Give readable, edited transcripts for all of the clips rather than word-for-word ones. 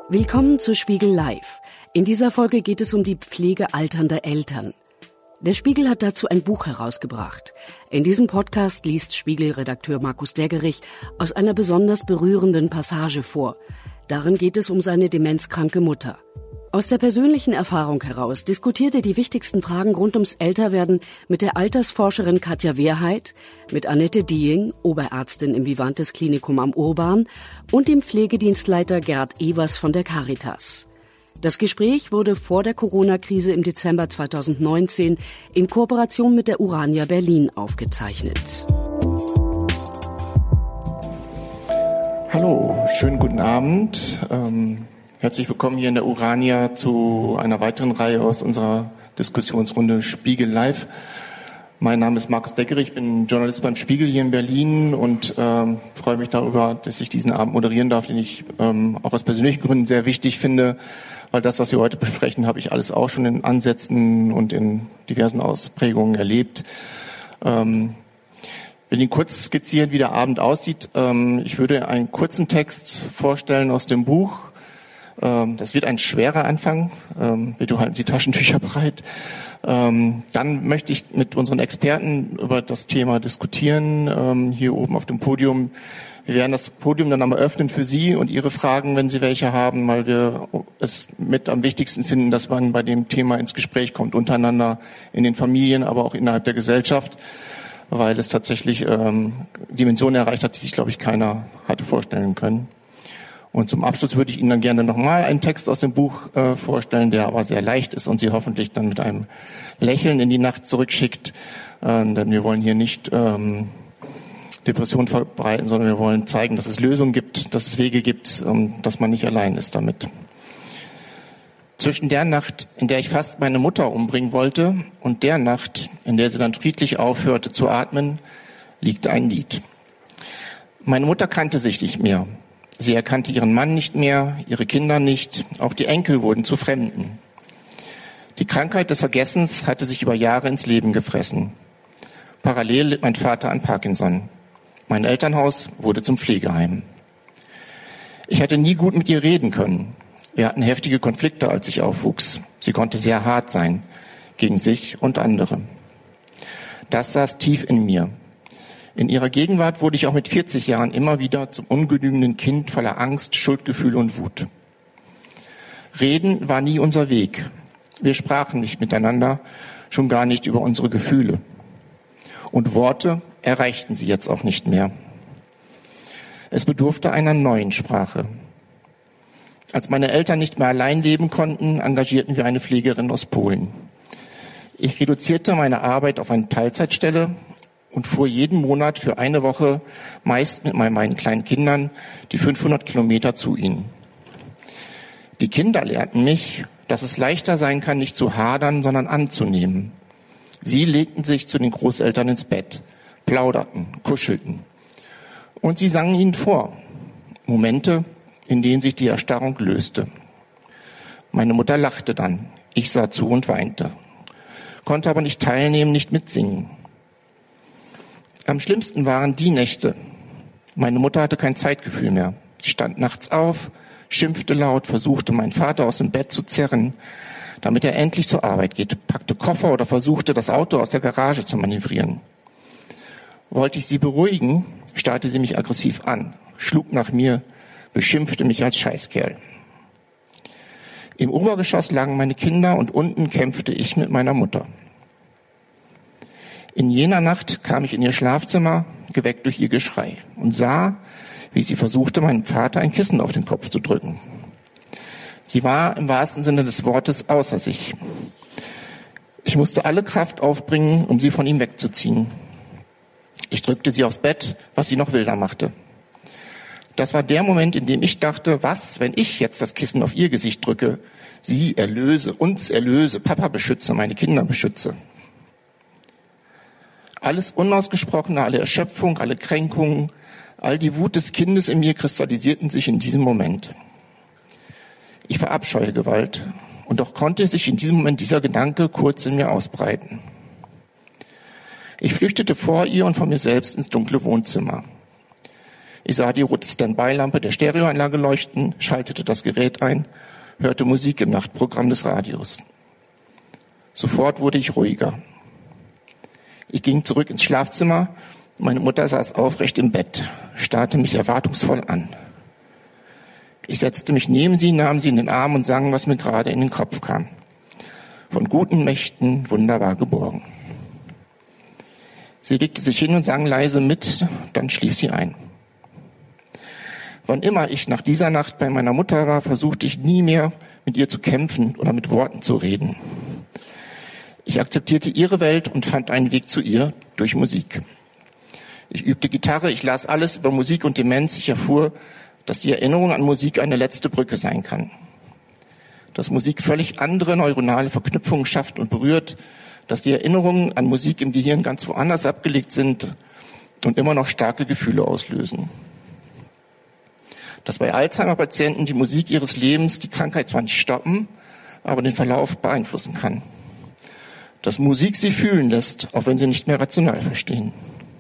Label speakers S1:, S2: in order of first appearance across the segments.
S1: Willkommen zu Spiegel Live. In dieser Folge geht es um die Pflege alternder Eltern. Der Spiegel hat dazu ein Buch herausgebracht. In diesem Podcast liest Spiegel-Redakteur Markus Deggerich aus einer besonders berührenden Passage vor. Darin geht es um seine demenzkranke Mutter. Aus der persönlichen Erfahrung heraus diskutiert er die wichtigsten Fragen rund ums Älterwerden mit der Altersforscherin Katja Wehrheit, mit Annette Dieng, Oberärztin im Vivantes Klinikum am Urban, und dem Pflegedienstleiter Gerd Evers von der Caritas. Das Gespräch wurde vor der Corona-Krise im Dezember 2019 in Kooperation mit der Urania Berlin aufgezeichnet.
S2: Hallo, schönen guten Abend. Herzlich willkommen hier in der Urania zu einer weiteren Reihe aus unserer Diskussionsrunde Spiegel Live. Mein Name ist Markus Deggerich, ich bin Journalist beim Spiegel hier in Berlin und freue mich darüber, dass ich diesen Abend moderieren darf, den ich auch aus persönlichen Gründen sehr wichtig finde, weil das, was wir heute besprechen, habe ich alles auch schon in Ansätzen und in diversen Ausprägungen erlebt. Ich will Ihnen kurz skizzieren, wie der Abend aussieht. Ich würde einen kurzen Text vorstellen aus dem Buch. Das wird ein schwerer Anfang. Bitte halten Sie Taschentücher bereit. Dann möchte ich mit unseren Experten über das Thema diskutieren, hier oben auf dem Podium. Wir werden das Podium dann einmal öffnen für Sie und Ihre Fragen, wenn Sie welche haben, weil wir es mit am wichtigsten finden, dass man bei dem Thema ins Gespräch kommt, untereinander, in den Familien, aber auch innerhalb der Gesellschaft, weil es tatsächlich Dimensionen erreicht hat, die sich, glaube ich, keiner hatte vorstellen können. Und zum Abschluss würde ich Ihnen dann gerne nochmal einen Text aus dem Buch vorstellen, der aber sehr leicht ist und Sie hoffentlich dann mit einem Lächeln in die Nacht zurückschickt. Denn wir wollen hier nicht Depressionen verbreiten, sondern wir wollen zeigen, dass es Lösungen gibt, dass es Wege gibt und dass man nicht allein ist damit. Zwischen der Nacht, in der ich fast meine Mutter umbringen wollte, und der Nacht, in der sie dann friedlich aufhörte zu atmen, liegt ein Lied. Meine Mutter kannte sich nicht mehr. Sie erkannte ihren Mann nicht mehr, ihre Kinder nicht, auch die Enkel wurden zu Fremden. Die Krankheit des Vergessens hatte sich über Jahre ins Leben gefressen. Parallel litt mein Vater an Parkinson. Mein Elternhaus wurde zum Pflegeheim. Ich hatte nie gut mit ihr reden können. Wir hatten heftige Konflikte, als ich aufwuchs. Sie konnte sehr hart sein, gegen sich und andere. Das saß tief in mir. In ihrer Gegenwart wurde ich auch mit 40 Jahren immer wieder zum ungenügenden Kind voller Angst, Schuldgefühle und Wut. Reden war nie unser Weg. Wir sprachen nicht miteinander, schon gar nicht über unsere Gefühle. Und Worte erreichten sie jetzt auch nicht mehr. Es bedurfte einer neuen Sprache. Als meine Eltern nicht mehr allein leben konnten, engagierten wir eine Pflegerin aus Polen. Ich reduzierte meine Arbeit auf eine Teilzeitstelle und fuhr jeden Monat für eine Woche, meist mit meinen kleinen Kindern, die 500 Kilometer zu ihnen. Die Kinder lernten mich, dass es leichter sein kann, nicht zu hadern, sondern anzunehmen. Sie legten sich zu den Großeltern ins Bett, plauderten, kuschelten. Und sie sangen ihnen vor. Momente, in denen sich die Erstarrung löste. Meine Mutter lachte dann. Ich sah zu und weinte. Konnte aber nicht teilnehmen, nicht mitsingen. Am schlimmsten waren die Nächte. Meine Mutter hatte kein Zeitgefühl mehr. Sie stand nachts auf, schimpfte laut, versuchte, meinen Vater aus dem Bett zu zerren, damit er endlich zur Arbeit geht, packte Koffer oder versuchte, das Auto aus der Garage zu manövrieren. Wollte ich sie beruhigen, starrte sie mich aggressiv an, schlug nach mir, beschimpfte mich als Scheißkerl. Im Obergeschoss lagen meine Kinder und unten kämpfte ich mit meiner Mutter. In jener Nacht kam ich in ihr Schlafzimmer, geweckt durch ihr Geschrei, und sah, wie sie versuchte, meinem Vater ein Kissen auf den Kopf zu drücken. Sie war im wahrsten Sinne des Wortes außer sich. Ich musste alle Kraft aufbringen, um sie von ihm wegzuziehen. Ich drückte sie aufs Bett, was sie noch wilder machte. Das war der Moment, in dem ich dachte, was, wenn ich jetzt das Kissen auf ihr Gesicht drücke? Sie erlöse, uns erlöse, Papa beschütze, meine Kinder beschütze. Alles Unausgesprochene, alle Erschöpfung, alle Kränkungen, all die Wut des Kindes in mir kristallisierten sich in diesem Moment. Ich verabscheue Gewalt, und doch konnte sich in diesem Moment dieser Gedanke kurz in mir ausbreiten. Ich flüchtete vor ihr und vor mir selbst ins dunkle Wohnzimmer. Ich sah die rote Standby-Lampe der Stereoanlage leuchten, schaltete das Gerät ein, hörte Musik im Nachtprogramm des Radios. Sofort wurde ich ruhiger. Ich ging zurück ins Schlafzimmer. Meine Mutter saß aufrecht im Bett, starrte mich erwartungsvoll an. Ich setzte mich neben sie, nahm sie in den Arm und sang, was mir gerade in den Kopf kam. Von guten Mächten wunderbar geborgen. Sie legte sich hin und sang leise mit, dann schlief sie ein. Wann immer ich nach dieser Nacht bei meiner Mutter war, versuchte ich nie mehr mit ihr zu kämpfen oder mit Worten zu reden. Ich akzeptierte ihre Welt und fand einen Weg zu ihr durch Musik. Ich übte Gitarre, ich las alles über Musik und Demenz. Ich erfuhr, dass die Erinnerung an Musik eine letzte Brücke sein kann. Dass Musik völlig andere neuronale Verknüpfungen schafft und berührt, dass die Erinnerungen an Musik im Gehirn ganz woanders abgelegt sind und immer noch starke Gefühle auslösen. Dass bei Alzheimer-Patienten die Musik ihres Lebens die Krankheit zwar nicht stoppen, aber den Verlauf beeinflussen kann. Dass Musik sie fühlen lässt, auch wenn sie nicht mehr rational verstehen.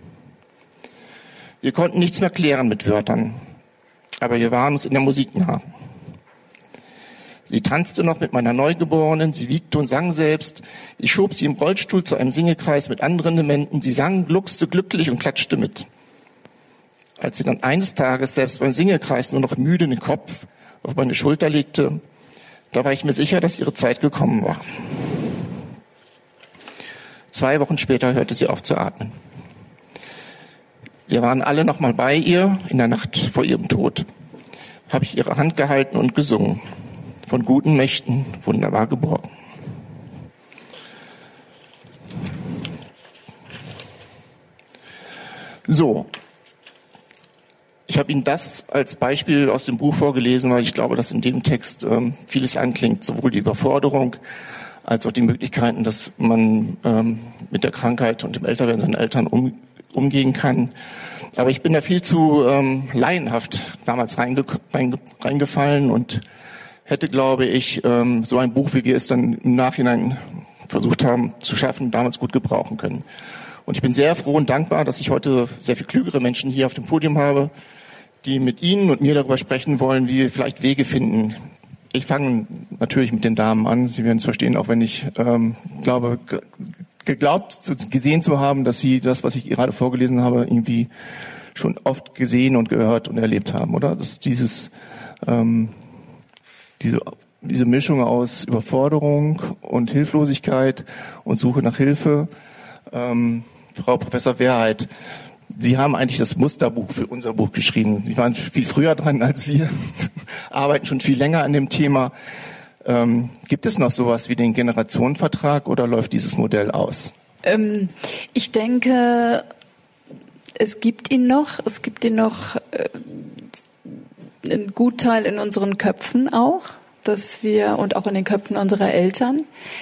S2: Wir konnten nichts mehr klären mit Wörtern, aber wir waren uns in der Musik nah. Sie tanzte noch mit meiner Neugeborenen, sie wiegte und sang selbst. Ich schob sie im Rollstuhl zu einem Singekreis mit anderen Dementen. Sie sang, gluckste glücklich und klatschte mit. Als sie dann eines Tages selbst beim Singekreis nur noch müde den Kopf auf meine Schulter legte, da war ich mir sicher, dass ihre Zeit gekommen war. 2 Wochen später hörte sie auf zu atmen. Wir waren alle noch mal bei ihr in der Nacht vor ihrem Tod. Habe ich ihre Hand gehalten und gesungen. Von guten Mächten wunderbar geborgen. So, ich habe Ihnen das als Beispiel aus dem Buch vorgelesen, weil ich glaube, dass in dem Text vieles anklingt, sowohl die Überforderung als auch die Möglichkeiten, dass man mit der Krankheit und dem Älterwerden seiner Eltern umgehen kann. Aber ich bin da viel zu laienhaft damals reingefallen und hätte, glaube ich, so ein Buch, wie wir es dann im Nachhinein versucht haben zu schaffen, damals gut gebrauchen können. Und ich bin sehr froh und dankbar, dass ich heute sehr viel klügere Menschen hier auf dem Podium habe, die mit Ihnen und mir darüber sprechen wollen, wie wir vielleicht Wege finden. Ich fange natürlich mit den Damen an. Sie werden es verstehen, auch wenn ich gesehen zu haben, dass Sie das, was ich gerade vorgelesen habe, irgendwie schon oft gesehen und gehört und erlebt haben, oder? Dass diese Mischung aus Überforderung und Hilflosigkeit und Suche nach Hilfe. Frau Professor Wehrheit, Sie haben eigentlich das Musterbuch für unser Buch geschrieben. Sie waren viel früher dran als wir, arbeiten schon viel länger an dem Thema. Gibt es noch sowas wie den Generationenvertrag oder läuft dieses Modell aus?
S3: Ich denke, es gibt ihn noch. Es gibt ihn noch einen Gutteil in unseren Köpfen auch, dass wir, und auch in den Köpfen unserer Eltern,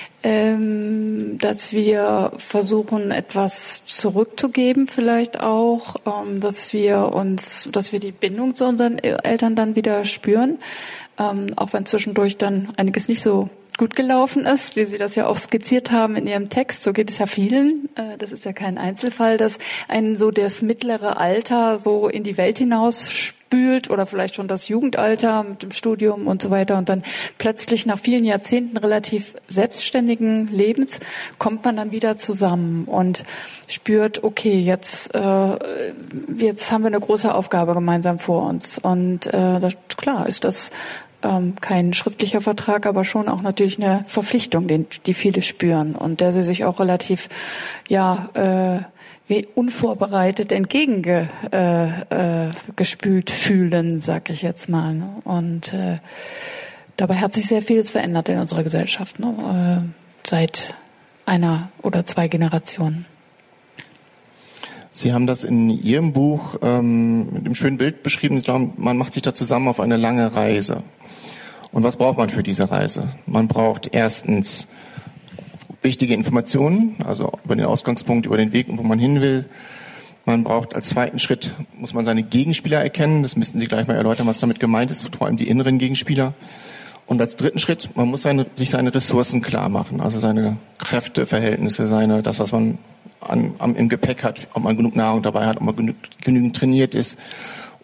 S3: dass wir versuchen, etwas zurückzugeben vielleicht auch, dass wir die Bindung zu unseren Eltern dann wieder spüren, auch wenn zwischendurch dann einiges nicht so gut gelaufen ist, wie Sie das ja auch skizziert haben in Ihrem Text. So geht es ja vielen. Das ist ja kein Einzelfall, dass einen so das mittlere Alter so in die Welt hinaus spült oder vielleicht schon das Jugendalter mit dem Studium und so weiter und dann plötzlich nach vielen Jahrzehnten relativ selbstständigen Lebens kommt man dann wieder zusammen und spürt, okay, jetzt haben wir eine große Aufgabe gemeinsam vor uns und klar ist das kein schriftlicher Vertrag, aber schon auch natürlich eine Verpflichtung, die viele spüren und der sie sich auch relativ wie unvorbereitet entgegengespült fühlen, sag ich jetzt mal. Ne? Und dabei hat sich sehr vieles verändert in unserer Gesellschaft, ne? Seit 1 oder 2 Generationen.
S2: Sie haben das in Ihrem Buch mit einem schönen Bild beschrieben. Ich glaube, man macht sich da zusammen auf eine lange Reise. Und was braucht man für diese Reise? Man braucht erstens wichtige Informationen, also über den Ausgangspunkt, über den Weg, wo man hin will. Man braucht als zweiten Schritt, muss man seine Gegenspieler erkennen. Das müssten Sie gleich mal erläutern, was damit gemeint ist, vor allem die inneren Gegenspieler. Und als dritten Schritt, man muss sich seine Ressourcen klar machen, also seine Kräfteverhältnisse, das, was man im Gepäck hat, ob man genug Nahrung dabei hat, ob man genügend trainiert ist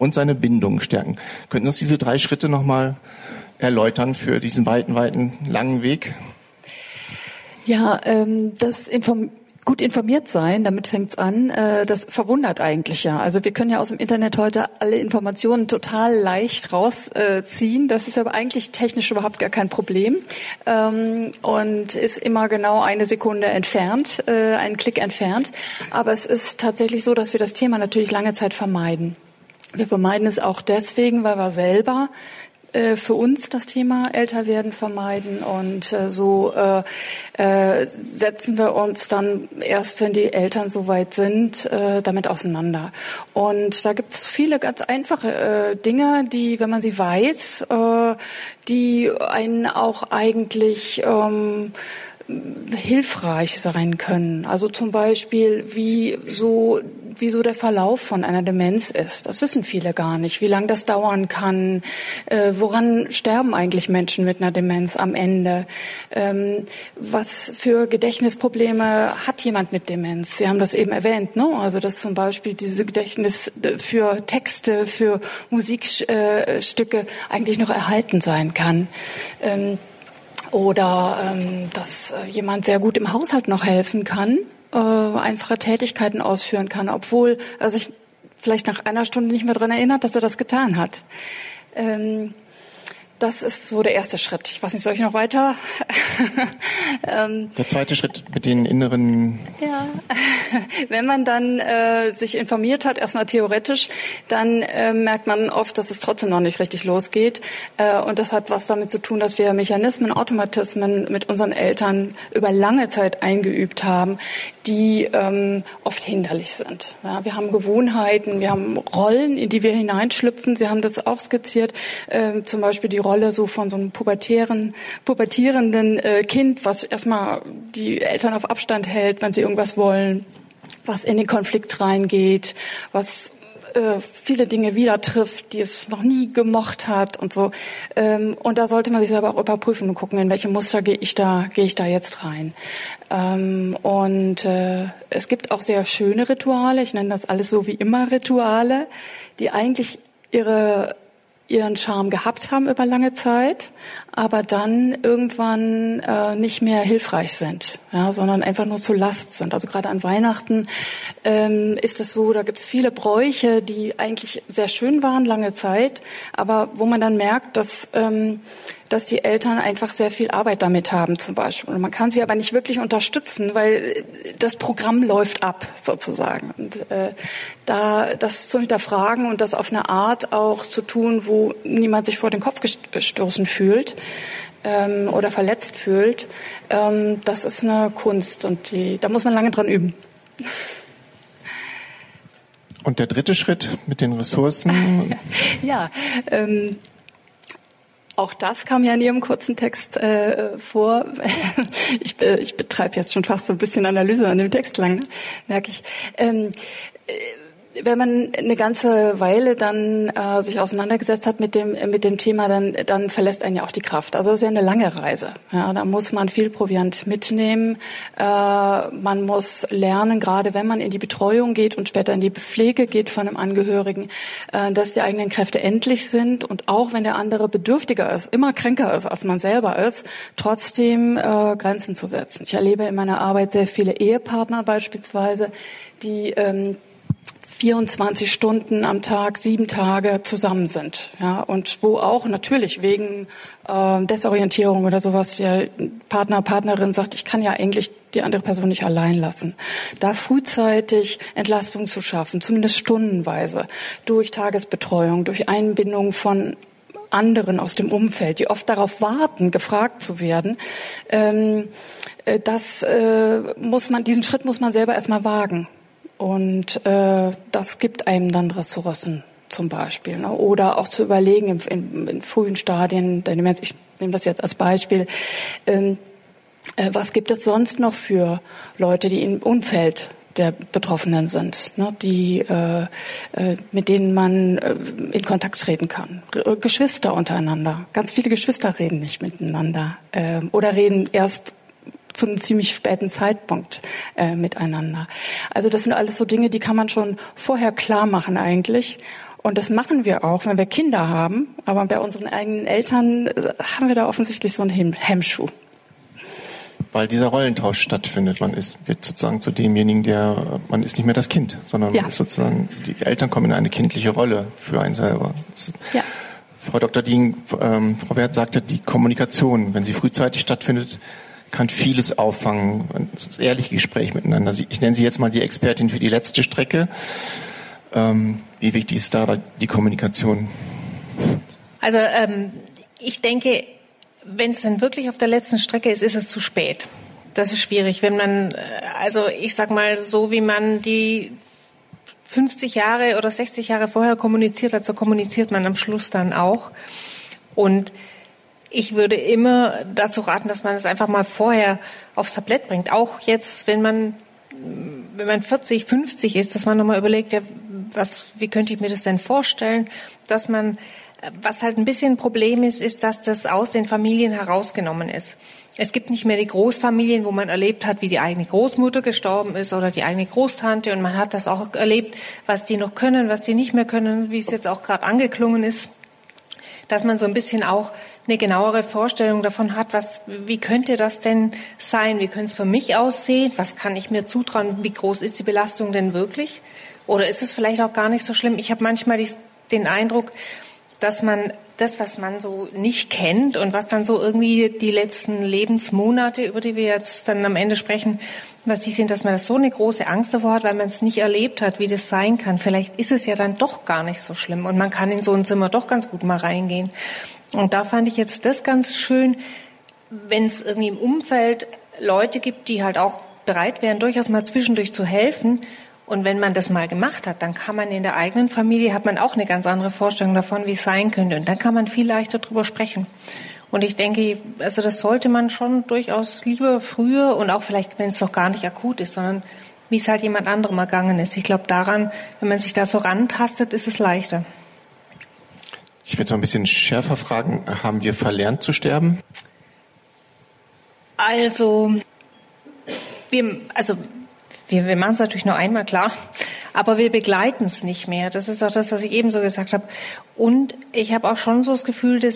S2: und seine Bindung stärken. Könnten uns diese 3 Schritte nochmal erläutern für diesen weiten, langen Weg?
S3: Ja, gut informiert sein, damit fängt's an, das verwundert eigentlich ja. Also wir können ja aus dem Internet heute alle Informationen total leicht rausziehen. Das ist aber eigentlich technisch überhaupt gar kein Problem und ist immer genau eine Sekunde entfernt, einen Klick entfernt. Aber es ist tatsächlich so, dass wir das Thema natürlich lange Zeit vermeiden. Wir vermeiden es auch deswegen, weil wir selber für uns das Thema Älterwerden vermeiden und so setzen wir uns dann erst, wenn die Eltern soweit sind, damit auseinander. Und da gibt's viele ganz einfache Dinge, die, wenn man sie weiß, die einen auch eigentlich hilfreich sein können. Also zum Beispiel, wie so der Verlauf von einer Demenz ist. Das wissen viele gar nicht, wie lange das dauern kann, woran sterben eigentlich Menschen mit einer Demenz am Ende, was für Gedächtnisprobleme hat jemand mit Demenz. Sie haben das eben erwähnt, ne? Also dass zum Beispiel diese Gedächtnis für Texte, für Musikstücke eigentlich noch erhalten sein kann. Oder dass jemand sehr gut im Haushalt noch helfen kann, einfache Tätigkeiten ausführen kann, obwohl er sich vielleicht nach einer Stunde nicht mehr daran erinnert, dass er das getan hat. Das ist so der erste Schritt. Ich weiß nicht, soll ich noch weiter?
S2: Der zweite Schritt mit den inneren...
S3: Ja, wenn man dann sich informiert hat, erstmal theoretisch, dann merkt man oft, dass es trotzdem noch nicht richtig losgeht. Und das hat was damit zu tun, dass wir Mechanismen, Automatismen mit unseren Eltern über lange Zeit eingeübt haben, die oft hinderlich sind. Ja, wir haben Gewohnheiten, wir haben Rollen, in die wir hineinschlüpfen. Sie haben das auch skizziert, zum Beispiel die Rolle so von so einem pubertierenden Kind, was erstmal die Eltern auf Abstand hält, wenn sie irgendwas wollen, was in den Konflikt reingeht, was viele Dinge wieder trifft, die es noch nie gemocht hat und so. Und da sollte man sich selber auch überprüfen und gucken, in welche Muster gehe ich da jetzt rein. Und es gibt auch sehr schöne Rituale, ich nenne das alles so wie immer Rituale, die eigentlich ihren Charme gehabt haben über lange Zeit, aber dann irgendwann nicht mehr hilfreich sind, ja, sondern einfach nur zur Last sind. Also gerade an Weihnachten ist es so, da gibt es viele Bräuche, die eigentlich sehr schön waren lange Zeit, aber wo man dann merkt, dass die Eltern einfach sehr viel Arbeit damit haben zum Beispiel. Und man kann sie aber nicht wirklich unterstützen, weil das Programm läuft ab sozusagen. Und das zu hinterfragen und das auf eine Art auch zu tun, wo niemand sich vor den Kopf gestoßen fühlt oder verletzt fühlt, das ist eine Kunst und da muss man lange dran üben.
S2: Und der dritte Schritt mit den Ressourcen?
S3: Ja, auch das kam ja in Ihrem kurzen Text vor. Ich betreibe jetzt schon fast so ein bisschen Analyse an dem Text lang, ne? Merke ich. Wenn man eine ganze Weile dann sich auseinandergesetzt hat mit dem Thema, dann verlässt einen ja auch die Kraft. Also das ist ja eine lange Reise. Ja, da muss man viel Proviant mitnehmen. Man muss lernen, gerade wenn man in die Betreuung geht und später in die Pflege geht von einem Angehörigen, dass die eigenen Kräfte endlich sind und auch wenn der andere bedürftiger ist, immer kränker ist, als man selber ist, trotzdem Grenzen zu setzen. Ich erlebe in meiner Arbeit sehr viele Ehepartner beispielsweise, die 24 Stunden am Tag, 7 Tage zusammen sind, ja, und wo auch natürlich wegen Desorientierung oder sowas der Partner, Partnerin sagt, ich kann ja eigentlich die andere Person nicht allein lassen. Da frühzeitig Entlastung zu schaffen, zumindest stundenweise, durch Tagesbetreuung, durch Einbindung von anderen aus dem Umfeld, die oft darauf warten, gefragt zu werden, diesen Schritt muss man selber erstmal wagen. Und das gibt einem dann Ressourcen zum Beispiel. Ne? Oder auch zu überlegen in frühen Stadien, ich nehme das jetzt als Beispiel, was gibt es sonst noch für Leute, die im Umfeld der Betroffenen sind, ne? Die mit denen man in Kontakt treten kann. Geschwister untereinander. Ganz viele Geschwister reden nicht miteinander oder reden erst zu einem ziemlich späten Zeitpunkt miteinander. Also das sind alles so Dinge, die kann man schon vorher klar machen eigentlich. Und das machen wir auch, wenn wir Kinder haben. Aber bei unseren eigenen Eltern haben wir da offensichtlich so einen Hemmschuh.
S2: Weil dieser Rollentausch stattfindet. Wird sozusagen zu demjenigen, man ist nicht mehr das Kind, sondern man ist sozusagen, die Eltern kommen in eine kindliche Rolle für einen selber. Ja. Frau Dr. Dien, Frau Werth sagte, die Kommunikation, wenn sie frühzeitig stattfindet, kann vieles auffangen. Das ehrliche Gespräch miteinander. Ich nenne Sie jetzt mal die Expertin für die letzte Strecke. Wie wichtig ist da die Kommunikation?
S4: Also ich denke, wenn es dann wirklich auf der letzten Strecke ist, ist es zu spät. Das ist schwierig, wenn man, also ich sag mal, so wie man die 50 Jahre oder 60 Jahre vorher kommuniziert hat, so kommuniziert man am Schluss dann auch. Und ich würde immer dazu raten, dass man es einfach mal vorher aufs Tablett bringt. Auch jetzt, wenn man 40, 50 ist, dass man nochmal überlegt, ja, wie könnte ich mir das denn vorstellen, dass man, was halt ein bisschen ein Problem ist, dass das aus den Familien herausgenommen ist. Es gibt nicht mehr die Großfamilien, wo man erlebt hat, wie die eigene Großmutter gestorben ist oder die eigene Großtante, und man hat das auch erlebt, was die noch können, was die nicht mehr können, wie es jetzt auch gerade angeklungen ist, dass man so ein bisschen auch eine genauere Vorstellung davon hat, wie könnte das denn sein, wie könnte es für mich aussehen, was kann ich mir zutrauen, wie groß ist die Belastung denn wirklich, oder ist es vielleicht auch gar nicht so schlimm. Ich habe manchmal den Eindruck, dass man das, was man so nicht kennt und was dann so irgendwie die letzten Lebensmonate, über die wir jetzt dann am Ende sprechen, was die sind, dass man das so eine große Angst davor hat, weil man es nicht erlebt hat, wie das sein kann. Vielleicht ist es ja dann doch gar nicht so schlimm und man kann in so ein Zimmer doch ganz gut mal reingehen. Und da fand ich jetzt das ganz schön, wenn es irgendwie im Umfeld Leute gibt, die halt auch bereit wären, durchaus mal zwischendurch zu helfen. Und wenn man das mal gemacht hat, dann kann man in der eigenen Familie, hat man auch eine ganz andere Vorstellung davon, wie es sein könnte. Und dann kann man viel leichter drüber sprechen. Und ich denke, also das sollte man schon durchaus lieber früher und auch vielleicht, wenn es noch gar nicht akut ist, sondern wie es halt jemand anderem ergangen ist. Ich glaube daran, wenn man sich da so rantastet, ist es leichter.
S2: Ich will es mal ein bisschen schärfer fragen. Haben wir verlernt zu sterben?
S4: Also wir machen es natürlich nur einmal, klar, aber wir begleiten es nicht mehr. Das ist auch das, was ich eben so gesagt habe. Und ich habe auch schon so das Gefühl, dass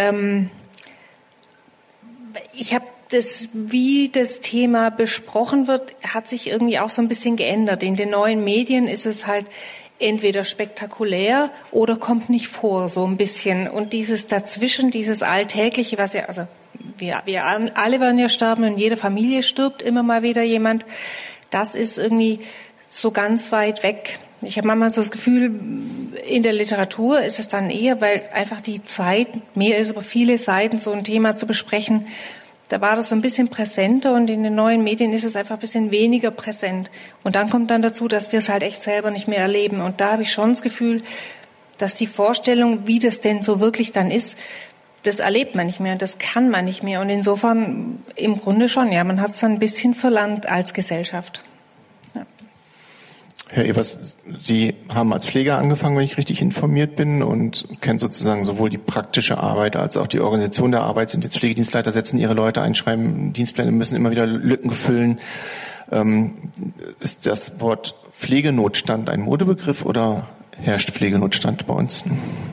S4: ich habe das, wie das Thema besprochen wird, hat sich irgendwie auch so ein bisschen geändert. In den neuen Medien ist es halt entweder spektakulär oder kommt nicht vor, so ein bisschen. Und dieses dazwischen, dieses Alltägliche, was ja, also wir alle werden ja sterben, in jeder Familie stirbt immer mal wieder jemand. Das ist irgendwie so ganz weit weg. Ich habe manchmal so das Gefühl, in der Literatur ist es dann eher, weil einfach die Zeit mehr ist, über viele Seiten so ein Thema zu besprechen. Da war das so ein bisschen präsenter und in den neuen Medien ist es einfach ein bisschen weniger präsent. Und dann kommt dann dazu, dass wir es halt echt selber nicht mehr erleben. Und da habe ich schon das Gefühl, dass die Vorstellung, wie das denn so wirklich dann ist, das erlebt man nicht mehr und das kann man nicht mehr. Und insofern im Grunde schon, ja, man hat es dann ein bisschen verlernt als Gesellschaft. Ja.
S2: Herr Evers, Sie haben als Pfleger angefangen, wenn ich richtig informiert bin, und kennen sozusagen sowohl die praktische Arbeit als auch die Organisation der Arbeit, sind jetzt Pflegedienstleiter, setzen ihre Leute ein, schreiben Dienstpläne, müssen immer wieder Lücken füllen. Ist das Wort Pflegenotstand ein Modebegriff oder herrscht Pflegenotstand bei uns?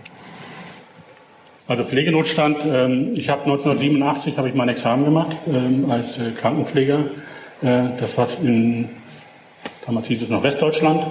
S5: Also Pflegenotstand, ich habe 1987 habe ich mein Examen gemacht als Krankenpfleger. Das war damals hieß es noch Westdeutschland.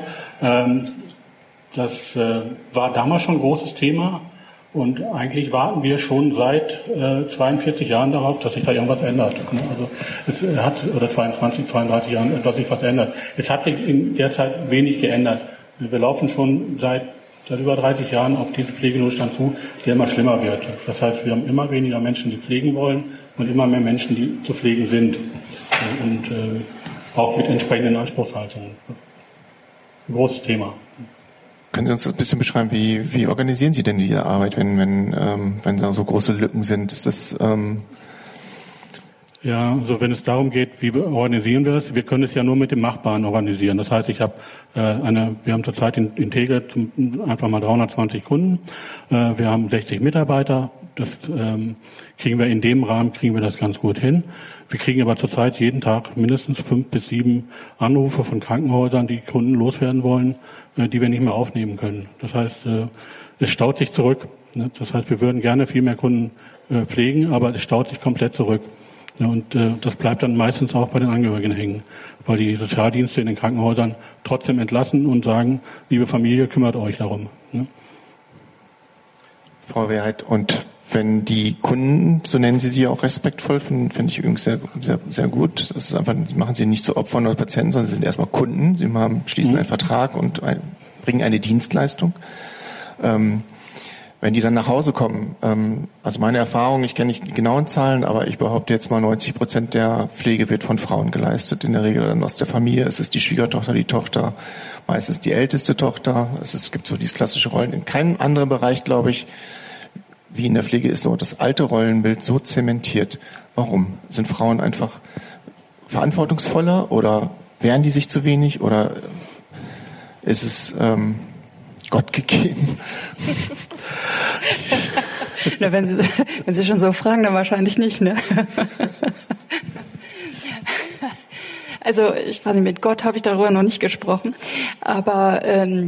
S5: Das war damals schon ein großes Thema und eigentlich warten wir schon seit 42 Jahren darauf, dass sich da irgendwas ändert. Also es hat, oder 32 Jahren, dass sich was ändert. Es hat sich in der Zeit wenig geändert. Wir laufen schon seit über 30 Jahren auf diesen Pflegenotstand zu, der immer schlimmer wird. Das heißt, wir haben immer weniger Menschen, die pflegen wollen und immer mehr Menschen, die zu pflegen sind. Und auch mit entsprechenden Anspruchshaltungen. Ein großes Thema.
S2: Können Sie uns das ein bisschen beschreiben, wie organisieren Sie denn diese Arbeit, wenn da so große Lücken sind? Ist das
S5: Ja, also wenn es darum geht, wie organisieren wir das? Wir können es ja nur mit dem Machbaren organisieren. Das heißt, wir haben zurzeit in Tegel einfach mal 320 Kunden. Wir haben 60 Mitarbeiter. Das kriegen wir in dem Rahmen, das ganz gut hin. Wir kriegen aber zurzeit jeden Tag mindestens 5 bis 7 Anrufe von Krankenhäusern, die Kunden loswerden wollen, die wir nicht mehr aufnehmen können. Das heißt, es staut sich zurück. Das heißt, wir würden gerne viel mehr Kunden pflegen, aber es staut sich komplett zurück. Und das bleibt dann meistens auch bei den Angehörigen hängen, weil die Sozialdienste in den Krankenhäusern trotzdem entlassen und sagen, liebe Familie, kümmert euch darum.
S2: Frau Wehrheit, und wenn die Kunden, so nennen Sie sie auch respektvoll, finde ich übrigens sehr, sehr, sehr gut. Das ist einfach, machen Sie nicht zu Opfern oder Patienten, sondern Sie sind erstmal Kunden. Sie schließen einen Vertrag und bringen eine Dienstleistung. Wenn die dann nach Hause kommen, also meine Erfahrung, ich kenne nicht die genauen Zahlen, aber ich behaupte jetzt mal 90% der Pflege wird von Frauen geleistet. In der Regel dann aus der Familie. Es ist die Schwiegertochter, die Tochter, meistens die älteste Tochter. Es gibt so diese klassische Rollen. In keinem anderen Bereich, glaube ich, wie in der Pflege ist so das alte Rollenbild so zementiert. Warum? Sind Frauen einfach verantwortungsvoller oder wehren die sich zu wenig oder ist es Gott gegeben?
S3: Na, wenn Sie schon so fragen, dann wahrscheinlich nicht, ne? Also ich weiß nicht, mit Gott habe ich darüber noch nicht gesprochen, aber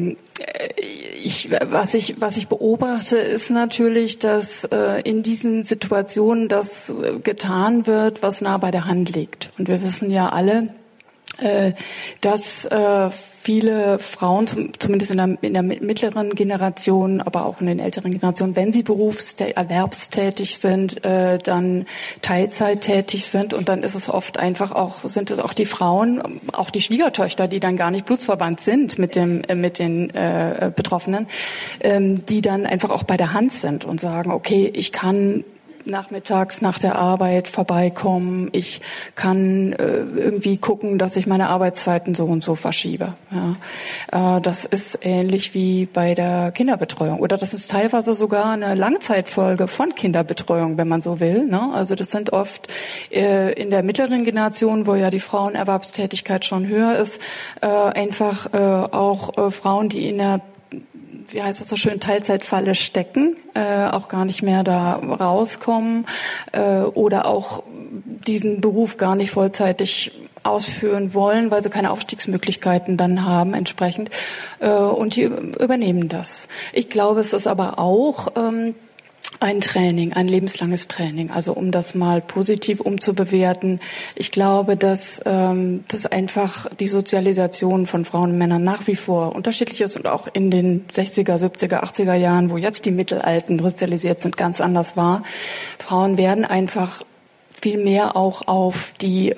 S3: was ich beobachte, ist natürlich, dass in diesen Situationen das getan wird, was nah bei der Hand liegt. Und wir wissen ja alle, dass viele Frauen, zumindest in der mittleren Generation, aber auch in den älteren Generationen, wenn sie erwerbstätig sind, dann Teilzeit tätig sind und dann ist es oft sind es auch die Frauen, auch die Schwiegertöchter, die dann gar nicht blutsverwandt sind mit den Betroffenen, die dann einfach auch bei der Hand sind und sagen, okay, ich kann nachmittags nach der Arbeit vorbeikommen. Ich kann irgendwie gucken, dass ich meine Arbeitszeiten so und so verschiebe. Ja. Das ist ähnlich wie bei der Kinderbetreuung. Oder das ist teilweise sogar eine Langzeitfolge von Kinderbetreuung, wenn man so will. Ne? Also das sind oft in der mittleren Generation, wo ja die Frauenerwerbstätigkeit schon höher ist, einfach auch Frauen, die in der wie heißt das so schön, Teilzeitfalle stecken, auch gar nicht mehr da rauskommen oder auch diesen Beruf gar nicht vollzeitig ausführen wollen, weil sie keine Aufstiegsmöglichkeiten dann haben entsprechend und die übernehmen das. Ich glaube, es ist aber auch ein Training, ein lebenslanges Training. Also um das mal positiv umzubewerten. Ich glaube, dass einfach die Sozialisation von Frauen und Männern nach wie vor unterschiedlich ist und auch in den 60er, 70er, 80er Jahren, wo jetzt die Mittelalten sozialisiert sind, ganz anders war. Frauen werden einfach viel mehr auch auf die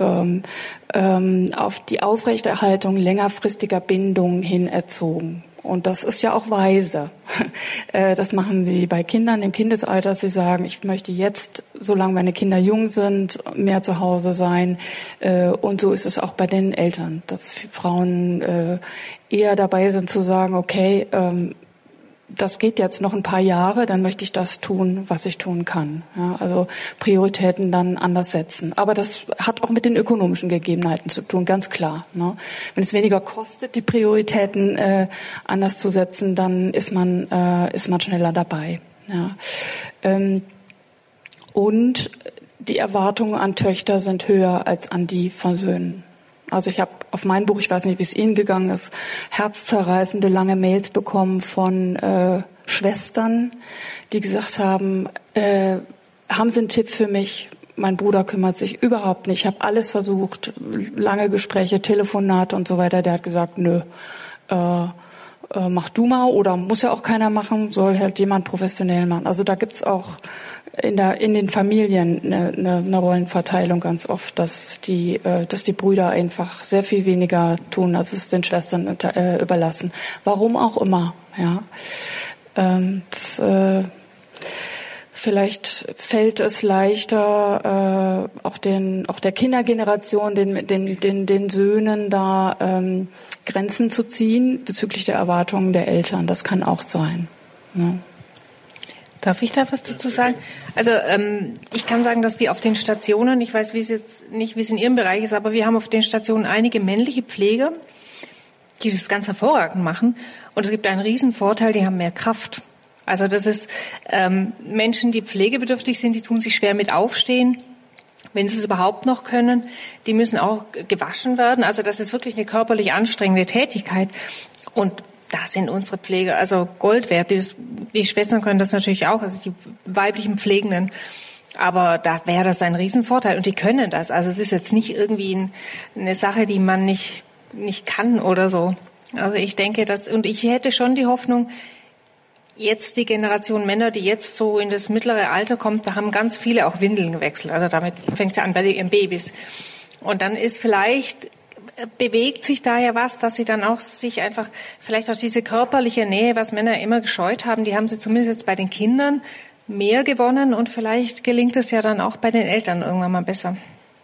S3: Aufrechterhaltung längerfristiger Bindungen hin erzogen. Und das ist ja auch weise. Das machen sie bei Kindern im Kindesalter. Sie sagen, ich möchte jetzt, solange meine Kinder jung sind, mehr zu Hause sein. Und so ist es auch bei den Eltern, dass Frauen eher dabei sind zu sagen, okay, das geht jetzt noch ein paar Jahre, dann möchte ich das tun, was ich tun kann. Ja, also Prioritäten dann anders setzen. Aber das hat auch mit den ökonomischen Gegebenheiten zu tun, ganz klar. Ne? Wenn es weniger kostet, die Prioritäten anders zu setzen, dann ist man schneller dabei. Ja. Und die Erwartungen an Töchter sind höher als an die von Söhnen. Also ich habe auf mein Buch, ich weiß nicht, wie es Ihnen gegangen ist, herzzerreißende lange Mails bekommen von Schwestern, die gesagt haben, haben Sie einen Tipp für mich? Mein Bruder kümmert sich überhaupt nicht. Ich habe alles versucht, lange Gespräche, Telefonate und so weiter. Der hat gesagt, nö, mach du mal oder muss ja auch keiner machen, soll halt jemand professionell machen. Also da gibt's auch in den Familien eine Rollenverteilung ganz oft, dass die Brüder einfach sehr viel weniger tun, als es den Schwestern überlassen. Warum auch immer, ja. Vielleicht fällt es leichter, auch der Kindergeneration, den Söhnen da Grenzen zu ziehen bezüglich der Erwartungen der Eltern. Das kann auch sein. Ja.
S4: Darf ich da was dazu sagen? Also ich kann sagen, dass wir auf den Stationen, ich weiß, wie es in Ihrem Bereich ist, aber wir haben auf den Stationen einige männliche Pfleger, die das ganz hervorragend machen. Und es gibt einen riesen Vorteil, die haben mehr Kraft. Also das ist Menschen, die pflegebedürftig sind, die tun sich schwer mit Aufstehen, wenn sie es überhaupt noch können. Die müssen auch gewaschen werden. Also das ist wirklich eine körperlich anstrengende Tätigkeit. Und da sind unsere Pfleger also Gold wert. Die Schwestern können das natürlich auch, also die weiblichen Pflegenden. Aber da wäre das ein Riesenvorteil. Und die können das. Also es ist jetzt nicht irgendwie eine Sache, die man nicht kann oder so. Also ich denke, und ich hätte schon die Hoffnung, jetzt die Generation Männer, die jetzt so in das mittlere Alter kommt, da haben ganz viele auch Windeln gewechselt. Also damit fängt es ja an bei ihren Babys. Und dann bewegt sich da ja was, dass sie dann auch sich einfach, vielleicht auch diese körperliche Nähe, was Männer immer gescheut haben, die haben sie zumindest jetzt bei den Kindern mehr gewonnen und vielleicht gelingt es ja dann auch bei den Eltern irgendwann mal besser.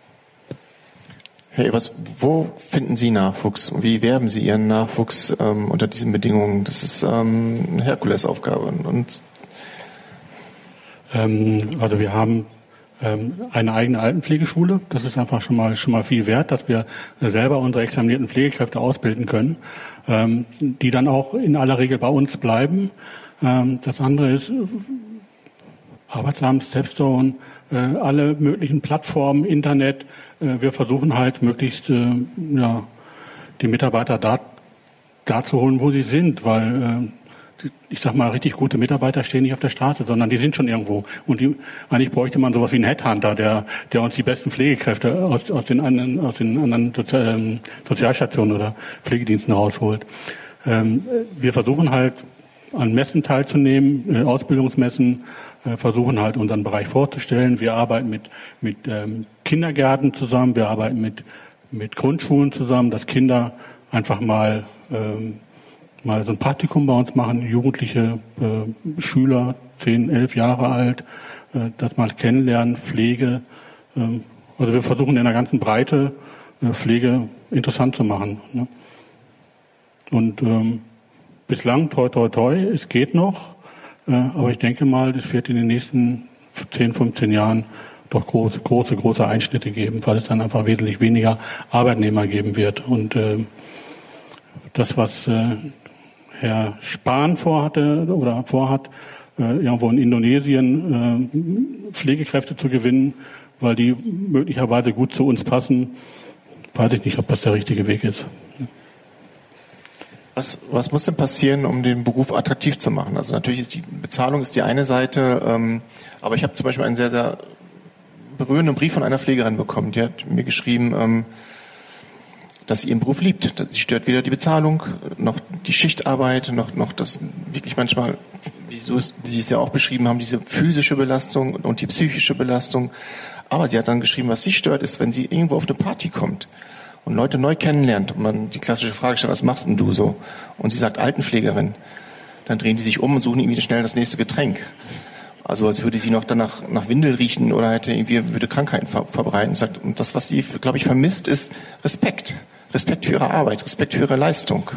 S2: Herr Evers, wo finden Sie Nachwuchs? Wie werben Sie Ihren Nachwuchs unter diesen Bedingungen? Das ist eine Herkulesaufgabe.
S5: Also wir haben eine eigene Altenpflegeschule. Das ist einfach schon mal viel wert, dass wir selber unsere examinierten Pflegekräfte ausbilden können, die dann auch in aller Regel bei uns bleiben. Das andere ist Arbeitsamt, Stepstone, alle möglichen Plattformen, Internet. Wir versuchen halt möglichst die Mitarbeiter da zu holen, wo sie sind, weil ich sag mal, richtig gute Mitarbeiter stehen nicht auf der Straße, sondern die sind schon irgendwo. Und eigentlich bräuchte man sowas wie einen Headhunter, der uns die besten Pflegekräfte aus den anderen Sozialstationen oder Pflegediensten rausholt. Wir versuchen halt an Messen teilzunehmen, Ausbildungsmessen, versuchen halt unseren Bereich vorzustellen. Wir arbeiten mit Kindergärten zusammen, wir arbeiten mit Grundschulen zusammen, dass Kinder einfach mal so ein Praktikum bei uns machen, jugendliche Schüler, 10, 11 Jahre alt, das mal kennenlernen, Pflege. Also wir versuchen in der ganzen Breite Pflege interessant zu machen. Ne? Und bislang, toi, toi, toi, es geht noch. Aber ich denke mal, es wird in den nächsten 10, 15 Jahren doch große Einschnitte geben, weil es dann einfach wesentlich weniger Arbeitnehmer geben wird. Und das, was Herr Spahn vorhat, irgendwo in Indonesien Pflegekräfte zu gewinnen, weil die möglicherweise gut zu uns passen, weiß ich nicht, ob das der richtige Weg ist.
S2: Was muss denn passieren, um den Beruf attraktiv zu machen? Also natürlich ist die Bezahlung ist die eine Seite, aber ich habe zum Beispiel einen sehr, sehr berührenden Brief von einer Pflegerin bekommen. Die hat mir geschrieben, dass sie ihren Beruf liebt. Sie stört weder die Bezahlung, noch die Schichtarbeit, noch das wirklich manchmal, wie Sie es ja auch beschrieben haben, diese physische Belastung und die psychische Belastung. Aber sie hat dann geschrieben, was sie stört, ist, wenn sie irgendwo auf eine Party kommt und Leute neu kennenlernt und man die klassische Frage stellt, was machst denn du so? Und sie sagt, Altenpflegerin. Dann drehen die sich um und suchen irgendwie schnell das nächste Getränk. Also als würde sie noch danach nach Windel riechen oder würde Krankheiten verbreiten. Und das, was sie, glaube ich, vermisst, ist Respekt. Respekt für ihre Arbeit, Respekt für ihre Leistung.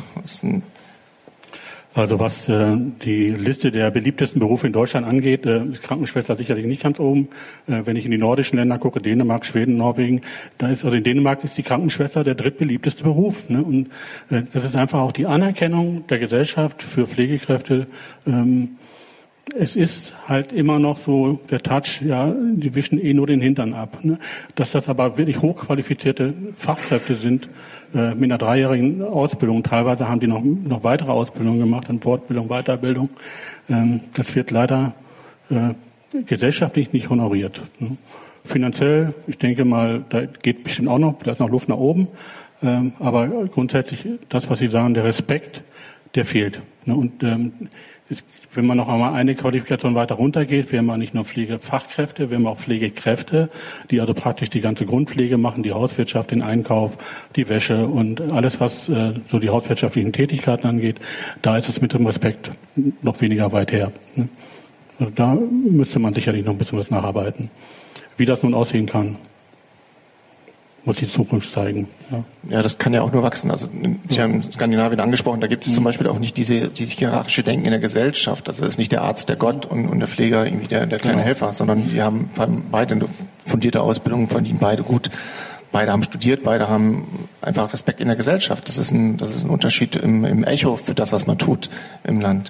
S5: Also was die Liste der beliebtesten Berufe in Deutschland angeht, ist Krankenschwester sicherlich nicht ganz oben. Wenn ich in die nordischen Länder gucke, Dänemark, Schweden, Norwegen, also in Dänemark ist die Krankenschwester der drittbeliebteste Beruf. Ne? Und das ist einfach auch die Anerkennung der Gesellschaft für Pflegekräfte. Es ist halt immer noch so der Touch, ja, die wischen nur den Hintern ab. Ne? Dass das aber wirklich hochqualifizierte Fachkräfte sind, mit einer 3-jährigen Ausbildung. Teilweise haben die noch weitere Ausbildungen gemacht, an Fortbildung, Weiterbildung. Das wird leider gesellschaftlich nicht honoriert. Ne? Finanziell, ich denke mal, da geht bestimmt auch noch, da ist noch Luft nach oben. Aber grundsätzlich, das, was Sie sagen, der Respekt, der fehlt. Ne? Und wenn man noch einmal eine Qualifikation weiter runtergeht, wir haben ja nicht nur Pflegefachkräfte, wir haben auch Pflegekräfte, die also praktisch die ganze Grundpflege machen, die Hauswirtschaft, den Einkauf, die Wäsche und alles, was so die hauswirtschaftlichen Tätigkeiten angeht. Da ist es mit dem Respekt noch weniger weit her. Ne? Also da müsste man sicherlich noch ein bisschen was nacharbeiten. Wie das nun aussehen kann, muss die Zukunft zeigen.
S2: Ja, das kann ja auch nur wachsen. Also Sie haben Skandinavien angesprochen, da gibt es zum Beispiel auch nicht dieses hierarchische Denken in der Gesellschaft. Also es ist nicht der Arzt, der Gott und der Pfleger irgendwie der kleine Helfer, sondern die haben beide eine fundierte Ausbildung, verdienen beide gut. Beide haben studiert, beide haben einfach Respekt in der Gesellschaft. Das ist ein Unterschied im Echo für das, was man tut im Land.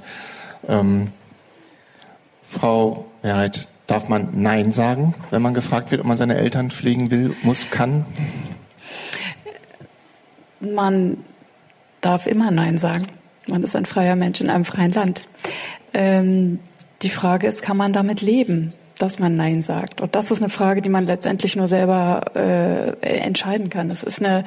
S2: Frau Mehrheit, darf man Nein sagen, wenn man gefragt wird, ob man seine Eltern pflegen will, muss, kann?
S3: Man darf immer Nein sagen. Man ist ein freier Mensch in einem freien Land. Die Frage ist, kann man damit leben, dass man Nein sagt? Und das ist eine Frage, die man letztendlich nur selber entscheiden kann. Das ist eine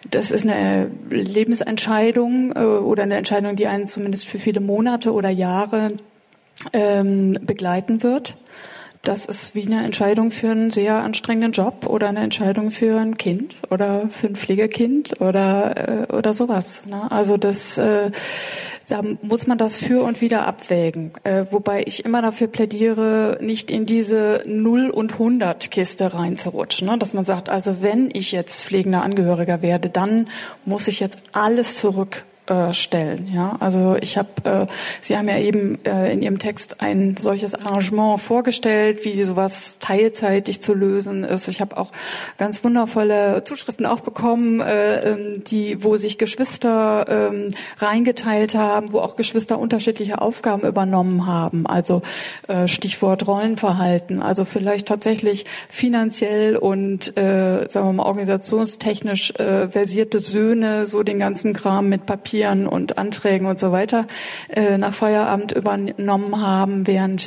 S3: Lebensentscheidung oder eine Entscheidung, die einen zumindest für viele Monate oder Jahre begleiten wird. Das ist wie eine Entscheidung für einen sehr anstrengenden Job oder eine Entscheidung für ein Kind oder für ein Pflegekind oder sowas. Ne? Also da muss man das für und wieder abwägen. Wobei ich immer dafür plädiere, nicht in diese 0 und 100 Kiste reinzurutschen. Ne? Dass man sagt, also wenn ich jetzt pflegender Angehöriger werde, dann muss ich jetzt alles zurückstellen. Ja, also Sie haben ja eben in Ihrem Text ein solches Arrangement vorgestellt, wie sowas teilzeitig zu lösen ist. Ich habe auch ganz wundervolle Zuschriften auch bekommen, wo sich Geschwister reingeteilt haben, wo auch Geschwister unterschiedliche Aufgaben übernommen haben. Also Stichwort Rollenverhalten. Also vielleicht tatsächlich finanziell und sagen wir mal organisationstechnisch versierte Söhne so den ganzen Kram mit Papieren und Anträgen und so weiter nach Feierabend übernommen haben, während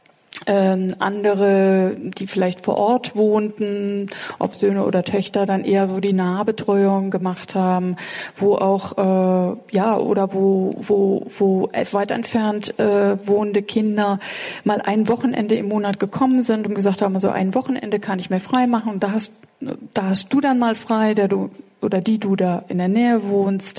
S3: andere, die vielleicht vor Ort wohnten, ob Söhne oder Töchter, dann eher so die Nahbetreuung gemacht haben, wo auch oder wo weit entfernt wohnende Kinder mal ein Wochenende im Monat gekommen sind und gesagt haben, also ein Wochenende kann ich mir frei machen und da hast du dann mal frei, die du da in der Nähe wohnst.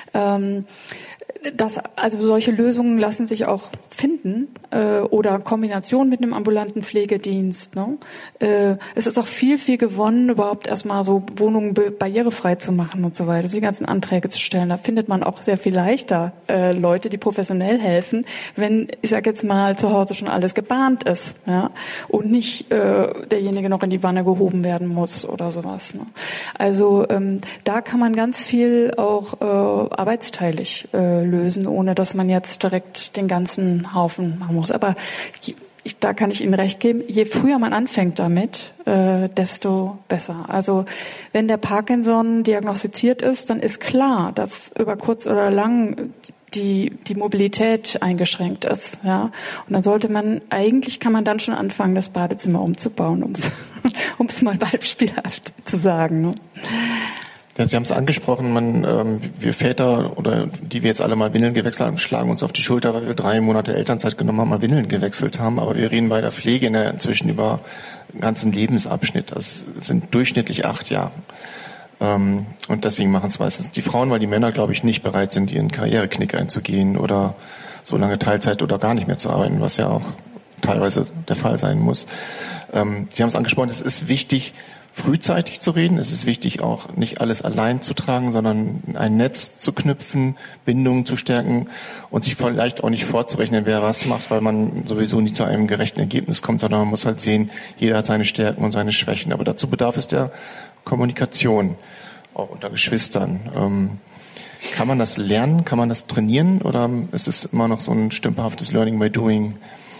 S3: Also solche Lösungen lassen sich auch finden oder Kombination mit einem ambulanten Pflegedienst. Ne? Es ist auch viel gewonnen, überhaupt erstmal so Wohnungen barrierefrei zu machen und so weiter, die ganzen Anträge zu stellen. Da findet man auch sehr viel leichter Leute, die professionell helfen, wenn, ich sag jetzt mal, zu Hause schon alles gebahnt ist, ja? Und nicht derjenige noch in die Wanne gehoben werden muss oder sowas. Ne? Also da kann man ganz viel auch arbeitsteilig lösen, ohne dass man jetzt direkt den ganzen Haufen machen muss. Aber da kann ich Ihnen recht geben, je früher man anfängt damit, desto besser. Also wenn der Parkinson diagnostiziert ist, dann ist klar, dass über kurz oder lang die Mobilität eingeschränkt ist. Ja? Und dann kann man dann schon anfangen, das Badezimmer umzubauen, um es mal beispielhaft zu sagen. Ne?
S2: Ja, Sie haben es angesprochen, wir Väter oder die wir jetzt alle mal Windeln gewechselt haben, schlagen uns auf die Schulter, weil wir 3 Monate Elternzeit genommen haben, mal Windeln gewechselt haben. Aber wir reden bei der Pflege inzwischen über einen ganzen Lebensabschnitt. Das sind durchschnittlich 8 Jahre. Und deswegen machen es meistens die Frauen, weil die Männer, glaube ich, nicht bereit sind, ihren Karriereknick einzugehen oder so lange Teilzeit oder gar nicht mehr zu arbeiten, was ja auch teilweise der Fall sein muss. Sie haben es angesprochen, es ist wichtig, frühzeitig zu reden. Es ist wichtig, auch nicht alles allein zu tragen, sondern ein Netz zu knüpfen, Bindungen zu stärken und sich vielleicht auch nicht vorzurechnen, wer was macht, weil man sowieso nie zu einem gerechten Ergebnis kommt, sondern man muss halt sehen, jeder hat seine Stärken und seine Schwächen. Aber dazu bedarf es der Kommunikation, auch unter Geschwistern. Kann man das lernen? Kann man das trainieren? Oder ist es immer noch so ein stümperhaftes Learning by Doing?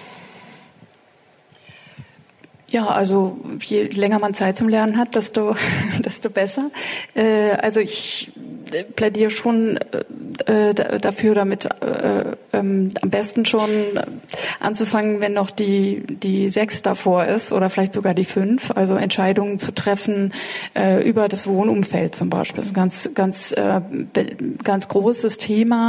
S3: Ja, also je länger man Zeit zum Lernen hat, desto besser. Also ich plädiere schon dafür, damit am besten schon anzufangen, wenn noch die 6 davor ist oder vielleicht sogar die 5. Also Entscheidungen zu treffen über das Wohnumfeld zum Beispiel. Das ist ein ganz großes Thema.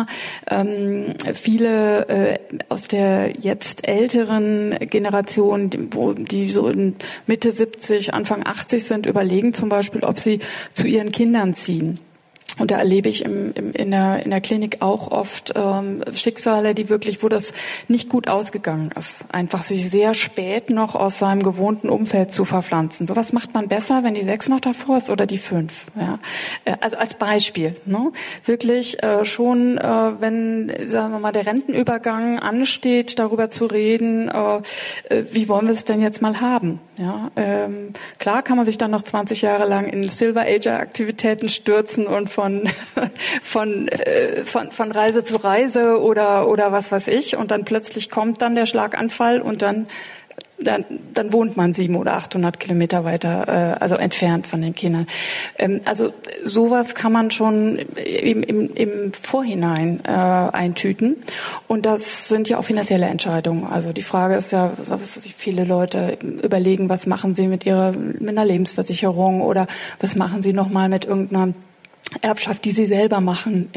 S3: Viele aus der jetzt älteren Generation, die so in Mitte 70, Anfang 80 sind, überlegen zum Beispiel, ob sie zu ihren Kindern ziehen. Und da erlebe ich in der Klinik auch oft Schicksale, die wirklich, wo das nicht gut ausgegangen ist. Einfach sich sehr spät noch aus seinem gewohnten Umfeld zu verpflanzen. Sowas macht man besser, wenn die 6 noch davor ist oder die 5. Ja? Also als Beispiel. Ne? Wirklich schon, wenn, sagen wir mal, der Rentenübergang ansteht, darüber zu reden, wie wollen wir es denn jetzt mal haben? Ja? Klar kann man sich dann noch 20 Jahre lang in Silver Age-Aktivitäten stürzen und von Reise zu Reise oder was weiß ich, und dann plötzlich kommt dann der Schlaganfall und dann wohnt man 700 oder 800 Kilometer weiter, also entfernt von den Kindern. Also sowas kann man schon im Vorhinein eintüten. Und das sind ja auch finanzielle Entscheidungen. Also die Frage ist ja, was sich viele Leute überlegen, was machen sie mit einer Lebensversicherung oder was machen sie nochmal mit irgendeiner Erbschaft, die sie selber machen,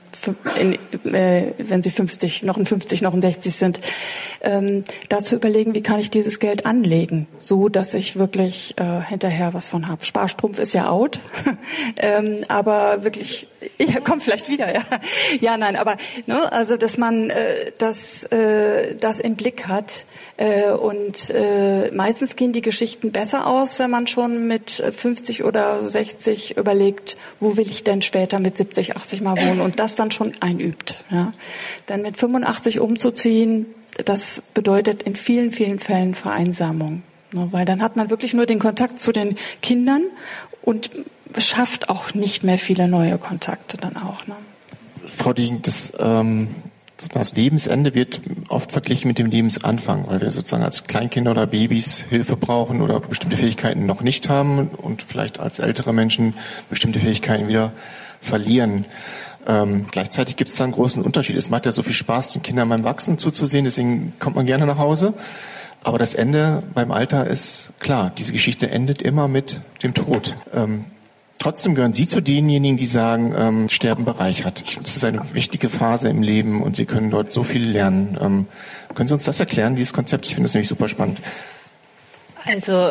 S3: wenn sie 50, noch ein 60 sind, dazu überlegen, wie kann ich dieses Geld anlegen, so dass ich wirklich hinterher was von habe. Sparstrumpf ist ja out, aber wirklich, ja, kommt vielleicht wieder, ja. Ja, nein, aber ne, also dass man das im Blick hat und meistens gehen die Geschichten besser aus, wenn man schon mit 50 oder 60 überlegt, wo will ich denn später mit 70, 80 mal wohnen und das dann schon einübt. Ja. Dann mit 85 umzuziehen, das bedeutet in vielen, vielen Fällen Vereinsamung. Ne, weil dann hat man wirklich nur den Kontakt zu den Kindern und schafft auch nicht mehr viele neue Kontakte dann auch. Ne.
S2: Frau Dieng, das Lebensende wird oft verglichen mit dem Lebensanfang, weil wir sozusagen als Kleinkinder oder Babys Hilfe brauchen oder bestimmte Fähigkeiten noch nicht haben und vielleicht als ältere Menschen bestimmte Fähigkeiten wieder verlieren. Gleichzeitig gibt es da einen großen Unterschied. Es macht ja so viel Spaß, den Kindern beim Wachsen zuzusehen, deswegen kommt man gerne nach Hause. Aber das Ende beim Alter ist klar, diese Geschichte endet immer mit dem Tod. Trotzdem gehören Sie zu denjenigen, die sagen, Sterben bereichert. Das ist eine wichtige Phase im Leben und Sie können dort so viel lernen. Können Sie uns das erklären, dieses Konzept? Ich finde das nämlich super spannend.
S4: Also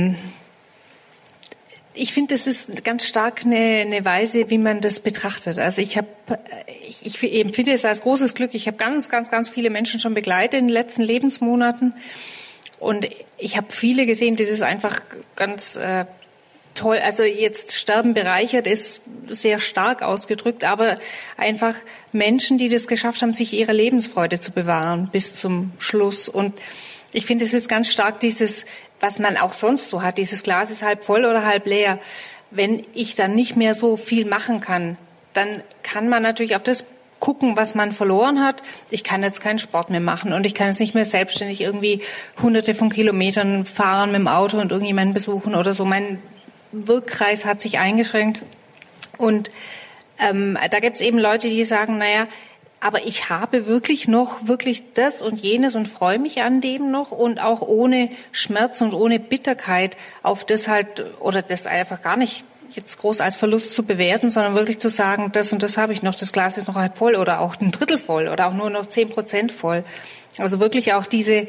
S4: ich finde, das ist ganz stark eine Weise, wie man das betrachtet. Also ich empfinde es als großes Glück. Ich habe ganz, ganz, ganz viele Menschen schon begleitet in den letzten Lebensmonaten und ich habe viele gesehen, die das einfach ganz toll, also jetzt Sterben bereichert ist sehr stark ausgedrückt, aber einfach Menschen, die das geschafft haben, sich ihre Lebensfreude zu bewahren bis zum Schluss. Und ich finde, es ist ganz stark dieses, was man auch sonst so hat, dieses Glas ist halb voll oder halb leer. Wenn ich dann nicht mehr so viel machen kann, dann kann man natürlich auf das gucken, was man verloren hat. Ich kann jetzt keinen Sport mehr machen und ich kann jetzt nicht mehr selbstständig irgendwie hunderte von Kilometern fahren mit dem Auto und irgendjemanden besuchen oder so. Mein Wirkkreis hat sich eingeschränkt und da gibt es eben Leute, die sagen, naja, aber ich habe wirklich das und jenes und freue mich an dem noch und auch ohne Schmerz und ohne Bitterkeit auf das halt oder das einfach gar nicht jetzt groß als Verlust zu bewerten, sondern wirklich zu sagen, das und das habe ich noch, das Glas ist noch halb voll oder auch ein Drittel voll oder auch nur noch 10% voll. Also wirklich auch dieses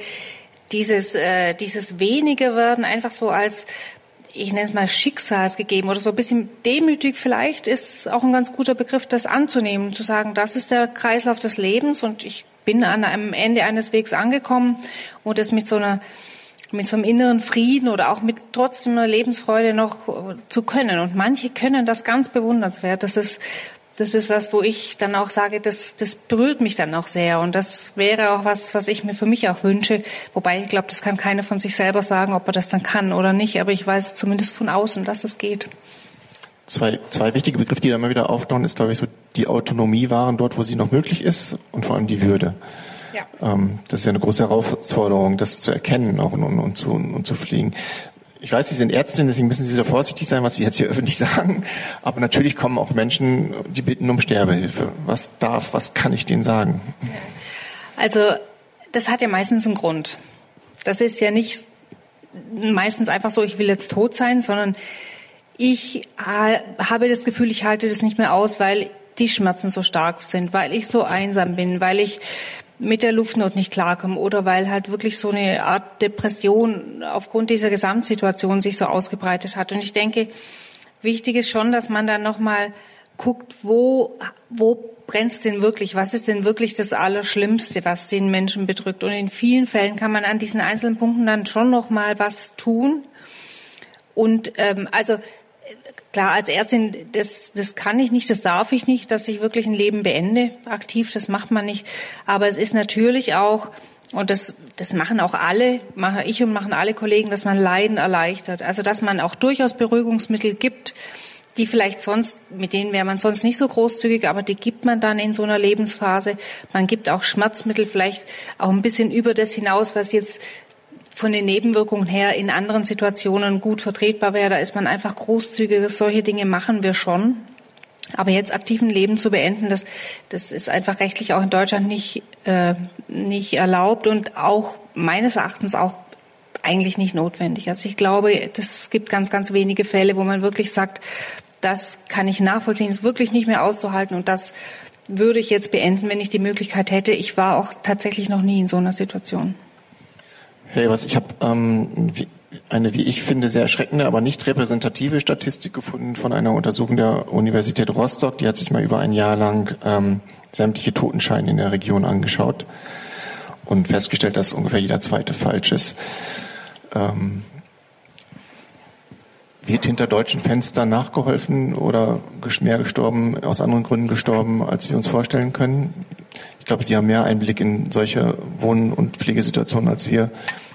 S4: weniger werden einfach so als, ich nenne es mal schicksalsgegeben oder so ein bisschen demütig vielleicht ist auch ein ganz guter Begriff, das anzunehmen, zu sagen, das ist der Kreislauf des Lebens und ich bin am Ende eines Wegs angekommen und das mit so einem inneren Frieden oder auch mit trotzdem einer Lebensfreude noch zu können. Und manche können das ganz bewundernswert. Das ist was, wo ich dann auch sage, das berührt mich dann auch sehr. Und das wäre auch was ich mir für mich auch wünsche. Wobei ich glaube, das kann keiner von sich selber sagen, ob er das dann kann oder nicht. Aber ich weiß zumindest von außen, dass es geht.
S2: Zwei wichtige Begriffe, die da immer wieder auftauchen, ist, glaube ich, so die Autonomie wahren dort, wo sie noch möglich ist und vor allem die Würde. Ja. Das ist ja eine große Herausforderung, das zu erkennen auch und zu fliegen. Ich weiß, Sie sind Ärztin, deswegen müssen Sie sehr vorsichtig sein, was Sie jetzt hier öffentlich sagen. Aber natürlich kommen auch Menschen, die bitten um Sterbehilfe. Was kann ich denen sagen?
S4: Also, das hat ja meistens einen Grund. Das ist ja nicht meistens einfach so, ich will jetzt tot sein, sondern ich habe das Gefühl, ich halte das nicht mehr aus, weil die Schmerzen so stark sind, weil ich so einsam bin, weil ich mit der Luftnot nicht klarkomme oder weil halt wirklich so eine Art Depression aufgrund dieser Gesamtsituation sich so ausgebreitet hat. Und ich denke, wichtig ist schon, dass man dann nochmal guckt, wo brennt's denn wirklich? Was ist denn wirklich das Allerschlimmste, was den Menschen bedrückt? Und in vielen Fällen kann man an diesen einzelnen Punkten dann schon noch mal was tun. Und also klar, als Ärztin, das kann ich nicht, das darf ich nicht, dass ich wirklich ein Leben beende, aktiv, das macht man nicht. Aber es ist natürlich auch, und das machen auch alle, mache ich und machen alle Kollegen, dass man Leiden erleichtert. Also dass man auch durchaus Beruhigungsmittel gibt, die vielleicht sonst, mit denen wäre man sonst nicht so großzügig, aber die gibt man dann in so einer Lebensphase. Man gibt auch Schmerzmittel vielleicht auch ein bisschen über das hinaus, was jetzt von den Nebenwirkungen her in anderen Situationen gut vertretbar wäre. Da ist man einfach großzügig. Solche Dinge machen wir schon. Aber jetzt aktiven Leben zu beenden, das ist einfach rechtlich auch in Deutschland nicht erlaubt und auch meines Erachtens auch eigentlich nicht notwendig. Also ich glaube, es gibt ganz, ganz wenige Fälle, wo man wirklich sagt, das kann ich nachvollziehen, ist wirklich nicht mehr auszuhalten und das würde ich jetzt beenden, wenn ich die Möglichkeit hätte. Ich war auch tatsächlich noch nie in so einer Situation.
S2: Hey, ich habe eine, wie ich finde, sehr erschreckende, aber nicht repräsentative Statistik gefunden von einer Untersuchung der Universität Rostock. Die hat sich mal über ein Jahr lang sämtliche Totenscheine in der Region angeschaut und festgestellt, dass ungefähr jeder zweite falsch ist. Wird hinter deutschen Fenstern nachgeholfen oder mehr gestorben, aus anderen Gründen gestorben, als wir uns vorstellen können? Ich glaube, Sie haben mehr Einblick in solche Wohn- und Pflegesituationen als wir.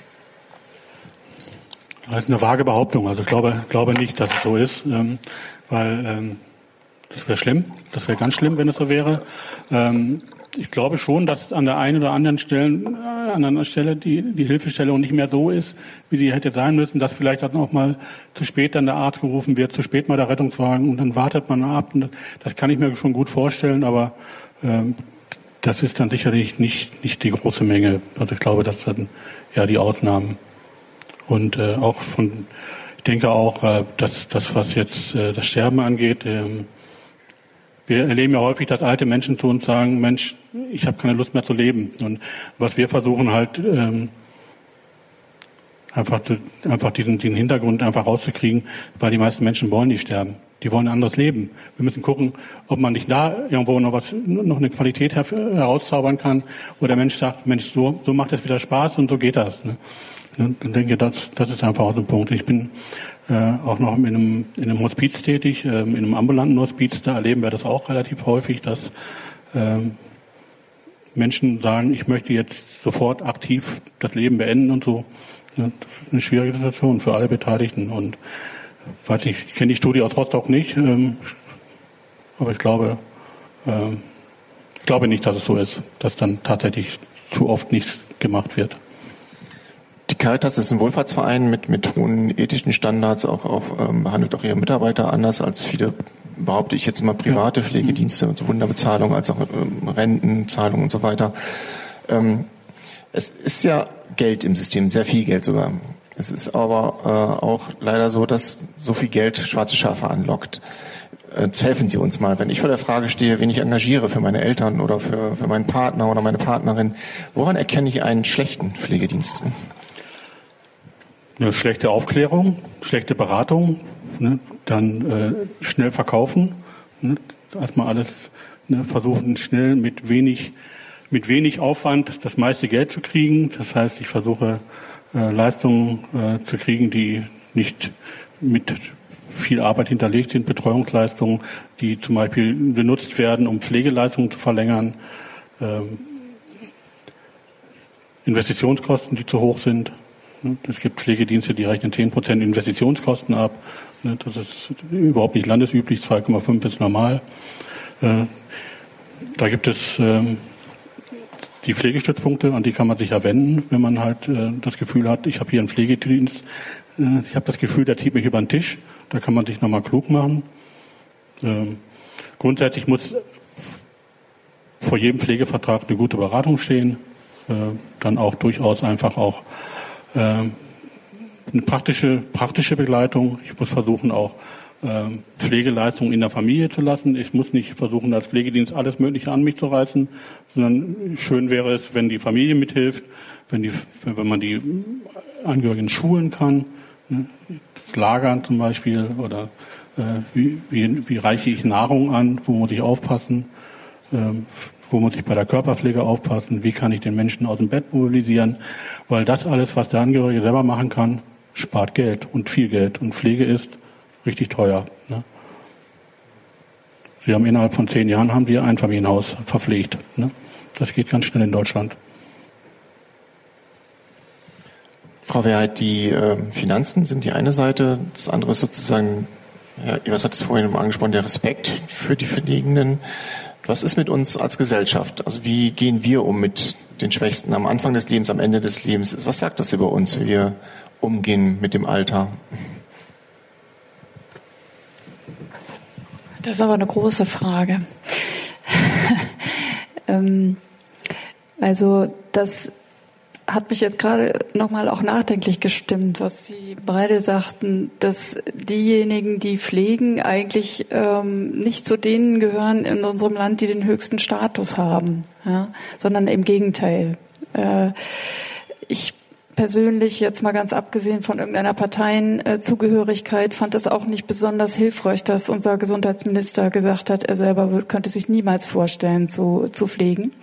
S5: Das ist eine vage Behauptung. Also ich glaube nicht, dass es so ist, weil das wäre schlimm. Das wäre ganz schlimm, wenn es so wäre. Ich glaube schon, dass an der einen oder anderen Stelle die Hilfestellung nicht mehr so ist, wie sie hätte sein müssen, dass vielleicht dann auch mal zu spät dann der Arzt gerufen wird, zu spät mal der Rettungswagen und dann wartet man ab. Das kann ich mir schon gut vorstellen, aber das ist dann sicherlich nicht die große Menge. Also ich glaube, das sind eher die Ausnahmen. Und ich denke auch, dass das, was jetzt das Sterben angeht, wir erleben ja häufig, dass alte Menschen zu uns sagen, Mensch, ich habe keine Lust mehr zu leben. Und was wir versuchen halt einfach diesen Hintergrund einfach rauszukriegen, weil die meisten Menschen wollen nicht sterben. Die wollen ein anderes Leben. Wir müssen gucken, ob man nicht da irgendwo noch eine Qualität herauszaubern kann, wo der Mensch sagt, Mensch, so macht es wieder Spaß und so geht das. Ne? Und ich denke, das ist einfach auch so ein Punkt. Ich bin auch noch in einem Hospiz tätig, in einem ambulanten Hospiz. Da erleben wir das auch relativ häufig, dass Menschen sagen, ich möchte jetzt sofort aktiv das Leben beenden und so. Ja, das ist eine schwierige Situation für alle Beteiligten. Und ich kenne die Studie aus Rostock nicht, aber ich glaube nicht, dass es so ist, dass dann tatsächlich zu oft nichts gemacht wird.
S2: Die Caritas ist ein Wohlfahrtsverein mit hohen ethischen Standards, behandelt auch ihre Mitarbeiter anders als viele, behaupte ich jetzt mal, private Pflegedienste, so Wunderbezahlung als auch Rentenzahlung und so weiter. Es ist ja Geld im System, sehr viel Geld sogar. Es ist aber auch leider so, dass so viel Geld schwarze Schafe anlockt. Jetzt helfen Sie uns mal, wenn ich vor der Frage stehe, wen ich engagiere für meine Eltern oder für meinen Partner oder meine Partnerin, woran erkenne ich einen schlechten Pflegedienst?
S5: Eine schlechte Aufklärung, schlechte Beratung, ne, dann schnell verkaufen, ne, erstmal alles versuchen schnell mit wenig Aufwand das meiste Geld zu kriegen. Das heißt, ich versuche Leistungen zu kriegen, die nicht mit viel Arbeit hinterlegt sind, Betreuungsleistungen, die zum Beispiel benutzt werden, um Pflegeleistungen zu verlängern, Investitionskosten, die zu hoch sind. Es gibt Pflegedienste, die rechnen 10% Investitionskosten ab. Das ist überhaupt nicht landesüblich, 2,5 ist normal. Da gibt es die Pflegestützpunkte, an die kann man sich ja wenden, wenn man halt das Gefühl hat, ich habe hier einen Pflegedienst, ich habe das Gefühl, der zieht mich über den Tisch. Da kann man sich nochmal klug machen. Grundsätzlich muss vor jedem Pflegevertrag eine gute Beratung stehen. Dann auch durchaus einfach auch eine praktische Begleitung. Ich muss versuchen, auch Pflegeleistungen in der Familie zu lassen. Ich muss nicht versuchen, als Pflegedienst alles Mögliche an mich zu reißen, sondern schön wäre es, wenn die Familie mithilft, wenn man die Angehörigen schulen kann, das Lagern zum Beispiel oder Wie reiche ich Nahrung an? Wo muss ich aufpassen? Wo muss ich bei der Körperpflege aufpassen? Wie kann ich den Menschen aus dem Bett mobilisieren? Weil das alles, was der Angehörige selber machen kann, spart Geld und viel Geld. Und Pflege ist richtig teuer. Ne? Sie haben innerhalb von 10 Jahren haben Sie ein Einfamilienhaus verpflegt. Ne? Das geht ganz schnell in Deutschland.
S2: Frau Wehrheit, die Finanzen sind die eine Seite, das andere ist sozusagen, ja, was hat es vorhin angesprochen, der Respekt für die Pflegenden. Was ist mit uns als Gesellschaft? Also wie gehen wir um mit den Schwächsten am Anfang des Lebens, am Ende des Lebens? Was sagt das über uns, wie wir umgehen mit dem Alter?
S3: Das ist aber eine große Frage. Also das hat mich jetzt gerade nochmal auch nachdenklich gestimmt, was Sie beide sagten, dass diejenigen, die pflegen, eigentlich nicht zu denen gehören in unserem Land, die den höchsten Status haben, ja? Sondern im Gegenteil. Ich persönlich, jetzt mal ganz abgesehen von irgendeiner Parteienzugehörigkeit, fand es auch nicht besonders hilfreich, dass unser Gesundheitsminister gesagt hat, er selber könnte sich niemals vorstellen, zu pflegen.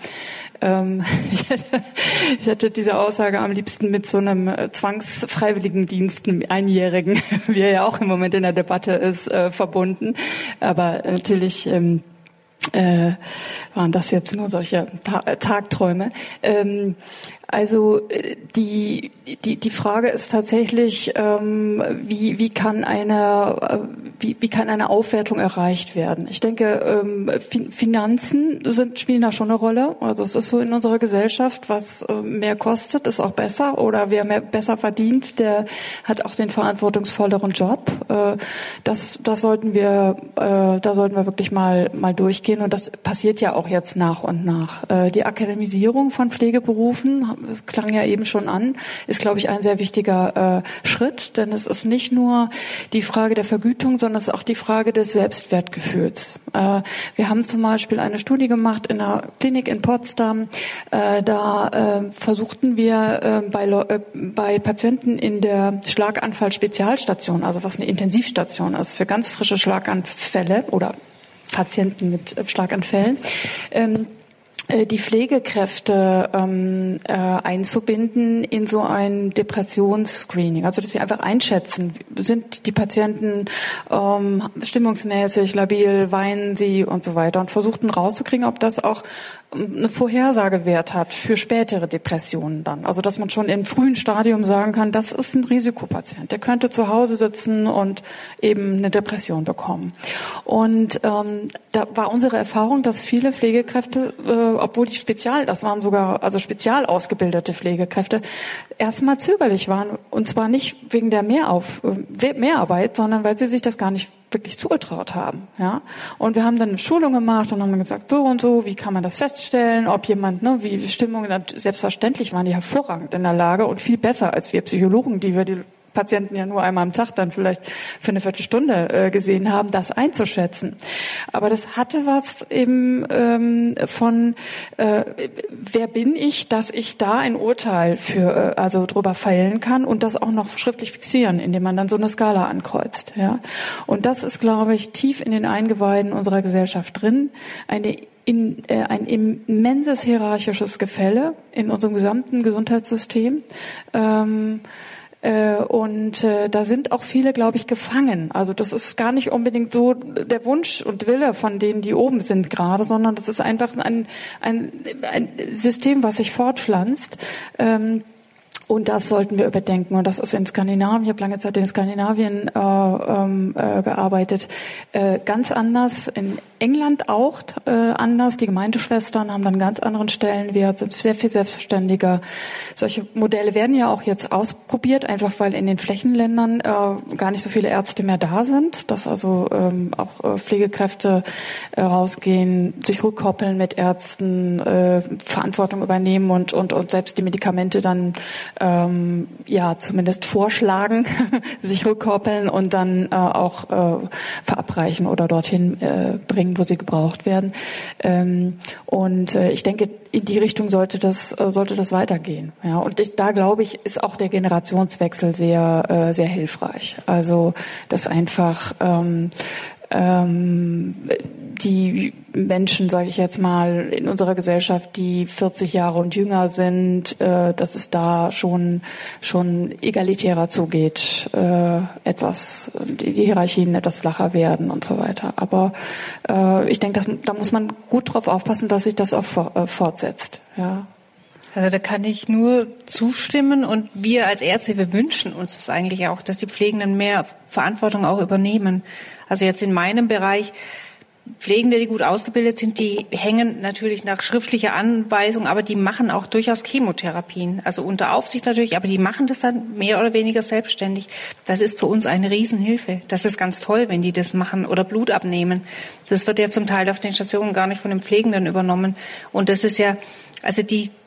S3: Ich hätte diese Aussage am liebsten mit so einem Zwangsfreiwilligendienst, einem Einjährigen, wie er ja auch im Moment in der Debatte ist, verbunden. Aber natürlich waren das jetzt nur solche Tagträume. Also die Frage ist tatsächlich, wie kann eine Aufwertung erreicht werden? Ich denke, Finanzen spielen da schon eine Rolle. Also es ist so in unserer Gesellschaft, was mehr kostet, ist auch besser. Oder wer besser verdient, der hat auch den verantwortungsvolleren Job. Das sollten wir, da sollten wir wirklich mal durchgehen. Und das passiert ja auch jetzt nach und nach. Die Akademisierung von Pflegeberufen, das klang ja eben schon an, ist, glaube ich, ein sehr wichtiger Schritt, denn es ist nicht nur die Frage der Vergütung, sondern es ist auch die Frage des Selbstwertgefühls. Wir haben zum Beispiel eine Studie gemacht in einer Klinik in Potsdam. Da versuchten wir bei Patienten in der Schlaganfall-Spezialstation, also was eine Intensivstation ist für ganz frische Schlaganfälle oder Patienten mit Schlaganfällen, die Pflegekräfte einzubinden in so ein Depressionsscreening. Also dass sie einfach einschätzen, sind die Patienten stimmungsmäßig labil, weinen sie und so weiter, und versuchten rauszukriegen, ob das auch eine Vorhersagewert hat für spätere Depressionen dann. Also dass man schon im frühen Stadium sagen kann, das ist ein Risikopatient, der könnte zu Hause sitzen und eben eine Depression bekommen. Und da war unsere Erfahrung, dass viele Pflegekräfte, obwohl das waren sogar also spezial ausgebildete Pflegekräfte, erstmal zögerlich waren, und zwar nicht wegen der Mehrarbeit, sondern weil sie sich das gar nicht wirklich zugetraut haben, ja. Und wir haben dann eine Schulung gemacht und haben dann gesagt, so und so, wie kann man das feststellen, ob jemand, wie Stimmungen, selbstverständlich waren die hervorragend in der Lage und viel besser als wir Psychologen, die wir die Patienten ja nur einmal am Tag dann vielleicht für eine Viertelstunde gesehen haben, das einzuschätzen. Aber das hatte was eben von wer bin ich, dass ich da ein Urteil also drüber fällen kann und das auch noch schriftlich fixieren, indem man dann so eine Skala ankreuzt. Ja. Und das ist, glaube ich, tief in den Eingeweiden unserer Gesellschaft drin. Ein immenses hierarchisches Gefälle in unserem gesamten Gesundheitssystem. Und da sind auch viele, glaube ich, gefangen. Also das ist gar nicht unbedingt so der Wunsch und Wille von denen, die oben sind gerade, sondern das ist einfach ein System, was sich fortpflanzt. Und das sollten wir überdenken. Und das ist in Skandinavien, ich habe lange Zeit in Skandinavien gearbeitet, ganz anders. In England auch anders. Die Gemeindeschwestern haben dann einen ganz anderen Stellenwert, sind sehr viel selbstständiger. Solche Modelle werden ja auch jetzt ausprobiert, einfach weil in den Flächenländern gar nicht so viele Ärzte mehr da sind, dass also auch Pflegekräfte rausgehen, sich rückkoppeln mit Ärzten, Verantwortung übernehmen und selbst die Medikamente dann zumindest vorschlagen, sich rückkoppeln und dann auch verabreichen oder dorthin bringen. bringen, wo sie gebraucht werden. Und ich denke, in die Richtung sollte das weitergehen. Ja, und da glaube ich, ist auch der Generationswechsel sehr, sehr hilfreich. Also, dass einfach die Menschen, sage ich jetzt mal, in unserer Gesellschaft, die 40 Jahre und jünger sind, dass es da schon egalitärer zugeht, die Hierarchien etwas flacher werden und so weiter. Aber ich denke, da muss man gut drauf aufpassen, dass sich das auch fortsetzt. Ja.
S4: Also da kann ich nur zustimmen, und wir als Ärzte, wir wünschen uns das eigentlich auch, dass die Pflegenden mehr Verantwortung auch übernehmen. Also jetzt in meinem Bereich, Pflegende, die gut ausgebildet sind, die hängen natürlich nach schriftlicher Anweisung, aber die machen auch durchaus Chemotherapien. Also unter Aufsicht natürlich, aber die machen das dann mehr oder weniger selbstständig. Das ist für uns eine Riesenhilfe. Das ist ganz toll, wenn die das machen, oder Blut abnehmen. Das wird ja zum Teil auf den Stationen gar nicht von den Pflegenden übernommen. Und das ist ja, also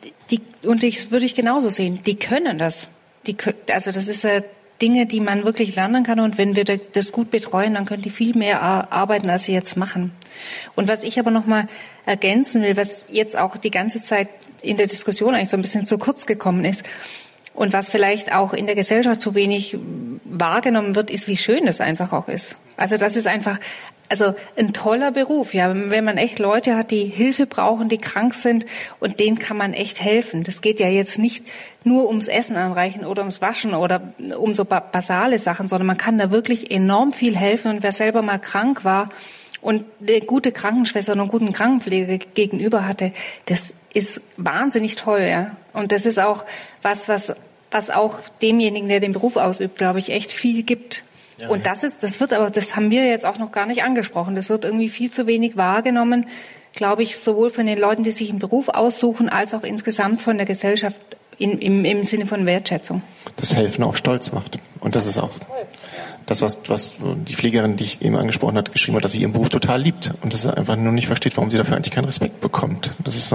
S4: und das würde ich genauso sehen, die können das. Also das ist ja Dinge, die man wirklich lernen kann, und wenn wir das gut betreuen, dann können die viel mehr arbeiten, als sie jetzt machen. Und was ich aber noch mal ergänzen will, was jetzt auch die ganze Zeit in der Diskussion eigentlich so ein bisschen zu kurz gekommen ist und was vielleicht auch in der Gesellschaft zu wenig wahrgenommen wird, ist, wie schön es einfach auch ist. Also das ist einfach ein toller Beruf, ja, wenn man echt Leute hat, die Hilfe brauchen, die krank sind, und denen kann man echt helfen. Das geht ja jetzt nicht nur ums Essen anreichen oder ums Waschen oder um so basale Sachen, sondern man kann da wirklich enorm viel helfen. Und wer selber mal krank war und eine gute Krankenschwester und einen guten Krankenpfleger gegenüber hatte, das ist wahnsinnig toll, ja. Und das ist auch was auch demjenigen, der den Beruf ausübt, glaube ich, echt viel gibt. Und das haben wir jetzt auch noch gar nicht angesprochen. Das wird irgendwie viel zu wenig wahrgenommen, glaube ich, sowohl von den Leuten, die sich einen Beruf aussuchen, als auch insgesamt von der Gesellschaft im Sinne von Wertschätzung.
S2: Das Helfen auch stolz macht. Und das ist auch das, was die Pflegerin, die ich eben angesprochen habe, geschrieben hat, dass sie ihren Beruf total liebt und dass sie einfach nur nicht versteht, warum sie dafür eigentlich keinen Respekt bekommt. Das ist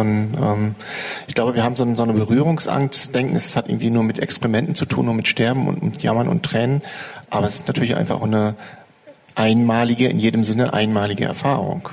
S2: ich glaube, wir haben so eine Berührungsangst, denken, es hat irgendwie nur mit Experimenten zu tun, nur mit Sterben und mit Jammern und Tränen. Aber es ist natürlich einfach eine in jedem Sinne einmalige Erfahrung.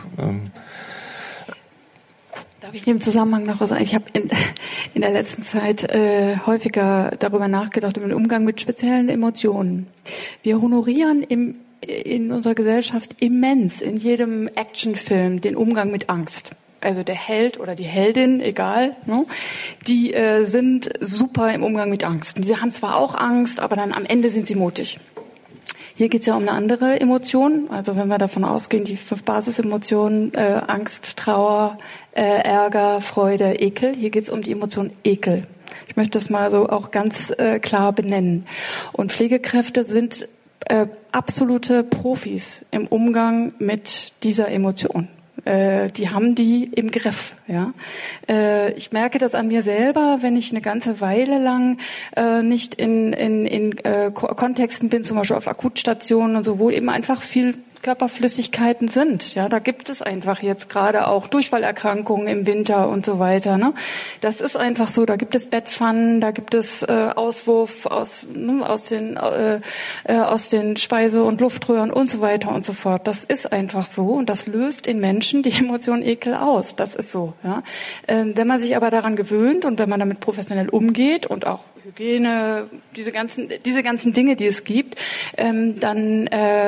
S3: Darf ich in dem Zusammenhang noch was sagen? Ich habe in der letzten Zeit häufiger darüber nachgedacht, über den Umgang mit speziellen Emotionen. Wir honorieren in unserer Gesellschaft immens in jedem Actionfilm den Umgang mit Angst. Also der Held oder die Heldin, egal, ne? Die sind super im Umgang mit Angst. Und sie haben zwar auch Angst, aber dann am Ende sind sie mutig. Hier geht es ja um eine andere Emotion. Also wenn wir davon ausgehen, die 5 Basisemotionen, Angst, Trauer, Ärger, Freude, Ekel. Hier geht es um die Emotion Ekel. Ich möchte das mal so auch ganz klar benennen. Und Pflegekräfte sind absolute Profis im Umgang mit dieser Emotion. Die haben die im Griff, ja. Ich merke das an mir selber, wenn ich eine ganze Weile lang nicht in Kontexten bin, zum Beispiel auf Akutstationen und so, wo eben einfach viel Körperflüssigkeiten sind. Ja, da gibt es einfach jetzt gerade auch Durchfallerkrankungen im Winter und so weiter. Ne? Das ist einfach so. Da gibt es Bettpfannen, da gibt es Auswurf aus den Speise- und Luftröhren und so weiter und so fort. Das ist einfach so und das löst in Menschen die Emotion Ekel aus. Das ist so. Ja? Wenn man sich aber daran gewöhnt und wenn man damit professionell umgeht und auch Hygiene, diese ganzen Dinge, die es gibt, dann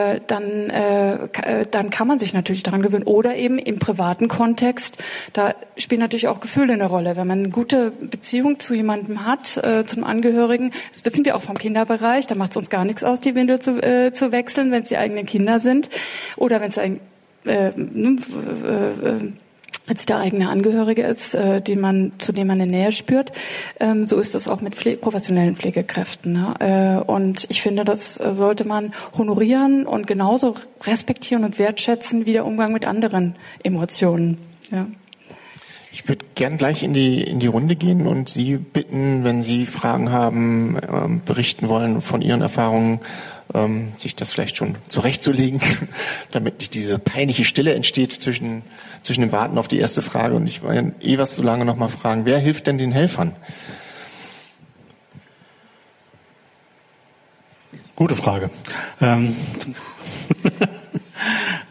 S3: kann man sich natürlich daran gewöhnen. Oder eben im privaten Kontext, da spielen natürlich auch Gefühle eine Rolle. Wenn man eine gute Beziehung zu jemandem hat, zum Angehörigen, das wissen wir auch vom Kinderbereich, da macht es uns gar nichts aus, die Windel zu wechseln, wenn es die eigenen Kinder sind. Oder wenn es als der eigene Angehörige ist, zu dem man eine Nähe spürt. So ist das auch mit professionellen Pflegekräften. Ne? Und ich finde, das sollte man honorieren und genauso respektieren und wertschätzen wie der Umgang mit anderen Emotionen. Ja.
S2: Ich würde gern gleich in die Runde gehen und Sie bitten, wenn Sie Fragen haben, berichten wollen von Ihren Erfahrungen, sich das vielleicht schon zurechtzulegen, damit nicht diese peinliche Stille entsteht zwischen dem Warten auf die erste Frage. Und ich wollte Evers so lange noch mal fragen, wer hilft denn den Helfern?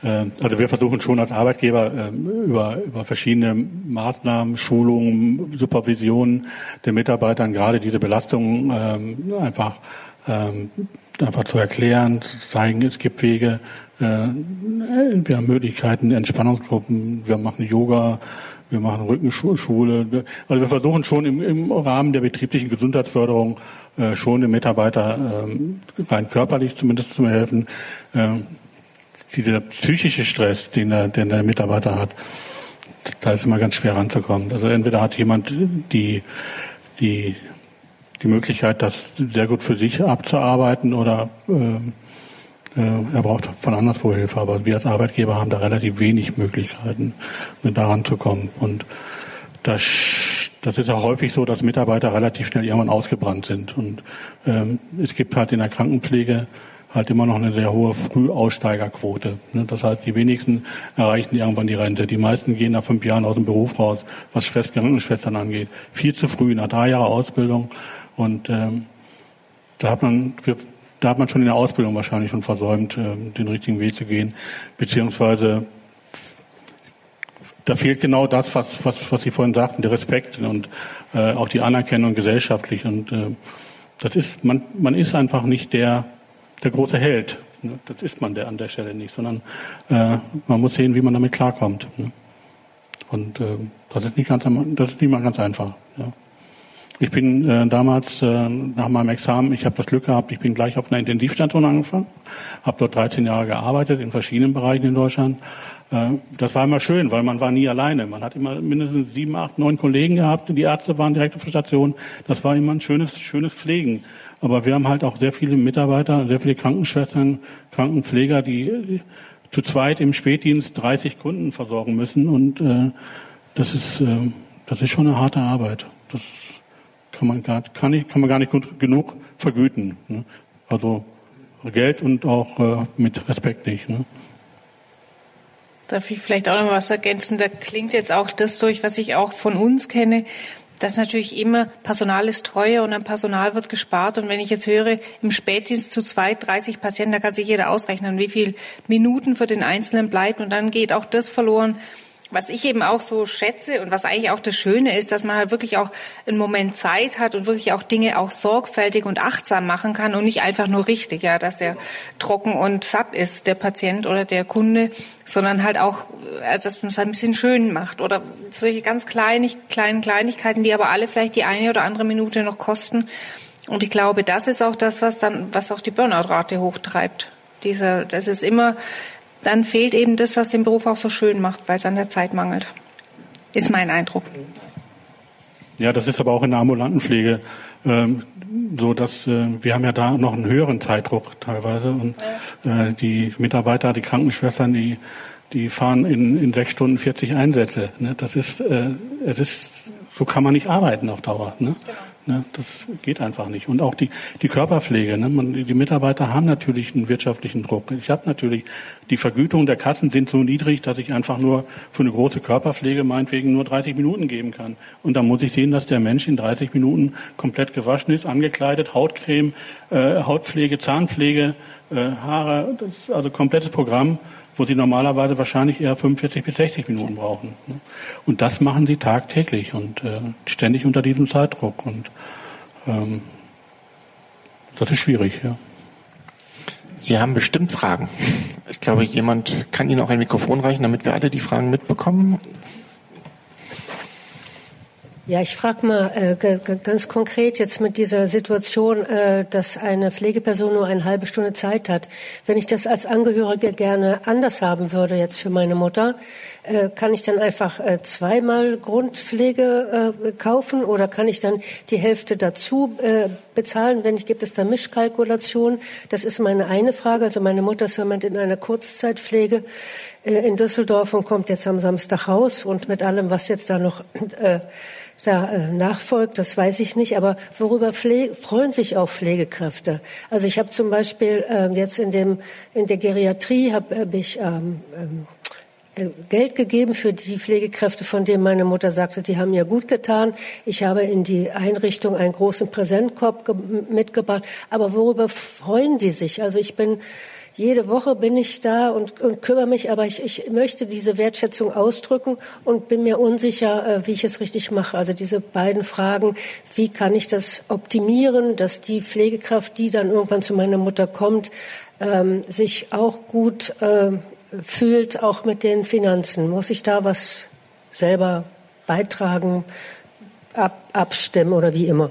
S5: Also wir versuchen schon als Arbeitgeber über verschiedene Maßnahmen, Schulungen, Supervisionen der Mitarbeitern gerade diese Belastungen einfach zu erklären, zu zeigen, es gibt Wege, wir haben Möglichkeiten, Entspannungsgruppen, wir machen Yoga, wir machen Rückenschule. Also wir versuchen schon im Rahmen der betrieblichen Gesundheitsförderung schon den Mitarbeiter rein körperlich zumindest zu helfen. Dieser psychische Stress, den der Mitarbeiter hat, da ist immer ganz schwer ranzukommen. Also entweder hat jemand die Möglichkeit, das sehr gut für sich abzuarbeiten oder er braucht von anderswo Hilfe. Aber wir als Arbeitgeber haben da relativ wenig Möglichkeiten, da ranzukommen. Und das ist auch häufig so, dass Mitarbeiter relativ schnell irgendwann ausgebrannt sind. Und es gibt halt in der Krankenpflege halt immer noch eine sehr hohe Frühaussteigerquote. Das heißt, die wenigsten erreichen irgendwann die Rente. Die meisten gehen nach 5 Jahren aus dem Beruf raus, was Krankenschwestern angeht. Viel zu früh, nach 3 Jahren Ausbildung. Und da hat man schon in der Ausbildung wahrscheinlich schon versäumt, den richtigen Weg zu gehen. Beziehungsweise da fehlt genau das, was Sie vorhin sagten, der Respekt und auch die Anerkennung gesellschaftlich. Und das ist, man ist einfach nicht der große Held. Das ist man an der Stelle nicht, sondern man muss sehen, wie man damit klarkommt. Und das ist nicht mal ganz einfach. Ja. Ich bin damals nach meinem Examen, ich habe das Glück gehabt, ich bin gleich auf einer Intensivstation angefangen, habe dort 13 Jahre gearbeitet in verschiedenen Bereichen in Deutschland. Das war immer schön, weil man war nie alleine. Man hat immer mindestens 7, 8, 9 Kollegen gehabt. Die Ärzte waren direkt auf der Station. Das war immer ein schönes Pflegen. Aber wir haben halt auch sehr viele Mitarbeiter, sehr viele Krankenschwestern, Krankenpfleger, die zu zweit im Spätdienst 30 Kunden versorgen müssen. Und das ist schon eine harte Arbeit. Das kann man gar nicht gut genug vergüten. Ne? Also Geld und auch mit Respekt nicht. Ne?
S4: Darf ich vielleicht auch noch was ergänzen? Da klingt jetzt auch das durch, was ich auch von uns kenne, dass natürlich immer Personal ist teuer und am Personal wird gespart. Und wenn ich jetzt höre, im Spätdienst zu 30 Patienten, da kann sich jeder ausrechnen, wie viel Minuten für den Einzelnen bleibt. Und dann geht auch das verloren, was ich eben auch so schätze und was eigentlich auch das Schöne ist, dass man halt wirklich auch einen Moment Zeit hat und wirklich auch Dinge auch sorgfältig und achtsam machen kann und nicht einfach nur richtig, ja, dass der trocken und satt ist, der Patient oder der Kunde, sondern halt auch, dass man es halt ein bisschen schön macht oder solche ganz kleinen Kleinigkeiten, die aber alle vielleicht die eine oder andere Minute noch kosten. Und ich glaube, das ist auch das, was auch die Burnout-Rate hochtreibt. Das ist immer, dann fehlt eben das, was den Beruf auch so schön macht, weil es an der Zeit mangelt. Ist mein Eindruck.
S5: Ja, das ist aber auch in der ambulanten Pflege so, dass wir haben ja da noch einen höheren Zeitdruck teilweise und die Mitarbeiter, die Krankenschwestern, die fahren in 6 Stunden 40 Einsätze. Ne? Das ist, so kann man nicht arbeiten auf Dauer. Ne? Genau. Ne, das geht einfach nicht. Und auch die Körperpflege. Ne, die Mitarbeiter haben natürlich einen wirtschaftlichen Druck. Ich habe natürlich, die Vergütungen der Kassen sind so niedrig, dass ich einfach nur für eine große Körperpflege meinetwegen nur 30 Minuten geben kann. Und dann muss ich sehen, dass der Mensch in 30 Minuten komplett gewaschen ist, angekleidet, Hautcreme, Hautpflege, Zahnpflege, Haare, das ist also komplettes Programm, wo sie normalerweise wahrscheinlich eher 45 bis 60 Minuten brauchen. Und das machen sie tagtäglich und ständig unter diesem Zeitdruck. Und das ist schwierig, ja.
S2: Sie haben bestimmt Fragen. Ich glaube, jemand kann Ihnen auch ein Mikrofon reichen, damit wir alle die Fragen mitbekommen.
S6: Ja, ich frage mal ganz konkret jetzt mit dieser Situation, dass eine Pflegeperson nur eine halbe Stunde Zeit hat. Wenn ich das als Angehörige gerne anders haben würde jetzt für meine Mutter, kann ich dann einfach zweimal Grundpflege kaufen oder kann ich dann die Hälfte dazu bezahlen? Gibt es da Mischkalkulation? Das ist meine eine Frage. Also meine Mutter ist im Moment in einer Kurzzeitpflege in Düsseldorf und kommt jetzt am Samstag raus und mit allem, was jetzt da noch nachfolgt, das weiß ich nicht, aber worüber freuen sich auch Pflegekräfte? Also ich habe zum Beispiel jetzt in der Geriatrie habe ich Geld gegeben für die Pflegekräfte, von denen meine Mutter sagte, die haben mir gut getan. Ich habe in die Einrichtung einen großen Präsentkorb mitgebracht. Aber worüber freuen die sich? Also ich bin jede Woche bin ich da und kümmere mich, aber ich möchte diese Wertschätzung ausdrücken und bin mir unsicher, wie ich es richtig mache. Also diese beiden Fragen, wie kann ich das optimieren, dass die Pflegekraft, die dann irgendwann zu meiner Mutter kommt, sich auch gut fühlt, auch mit den Finanzen. Muss ich da was selber beitragen, abstimmen oder wie immer?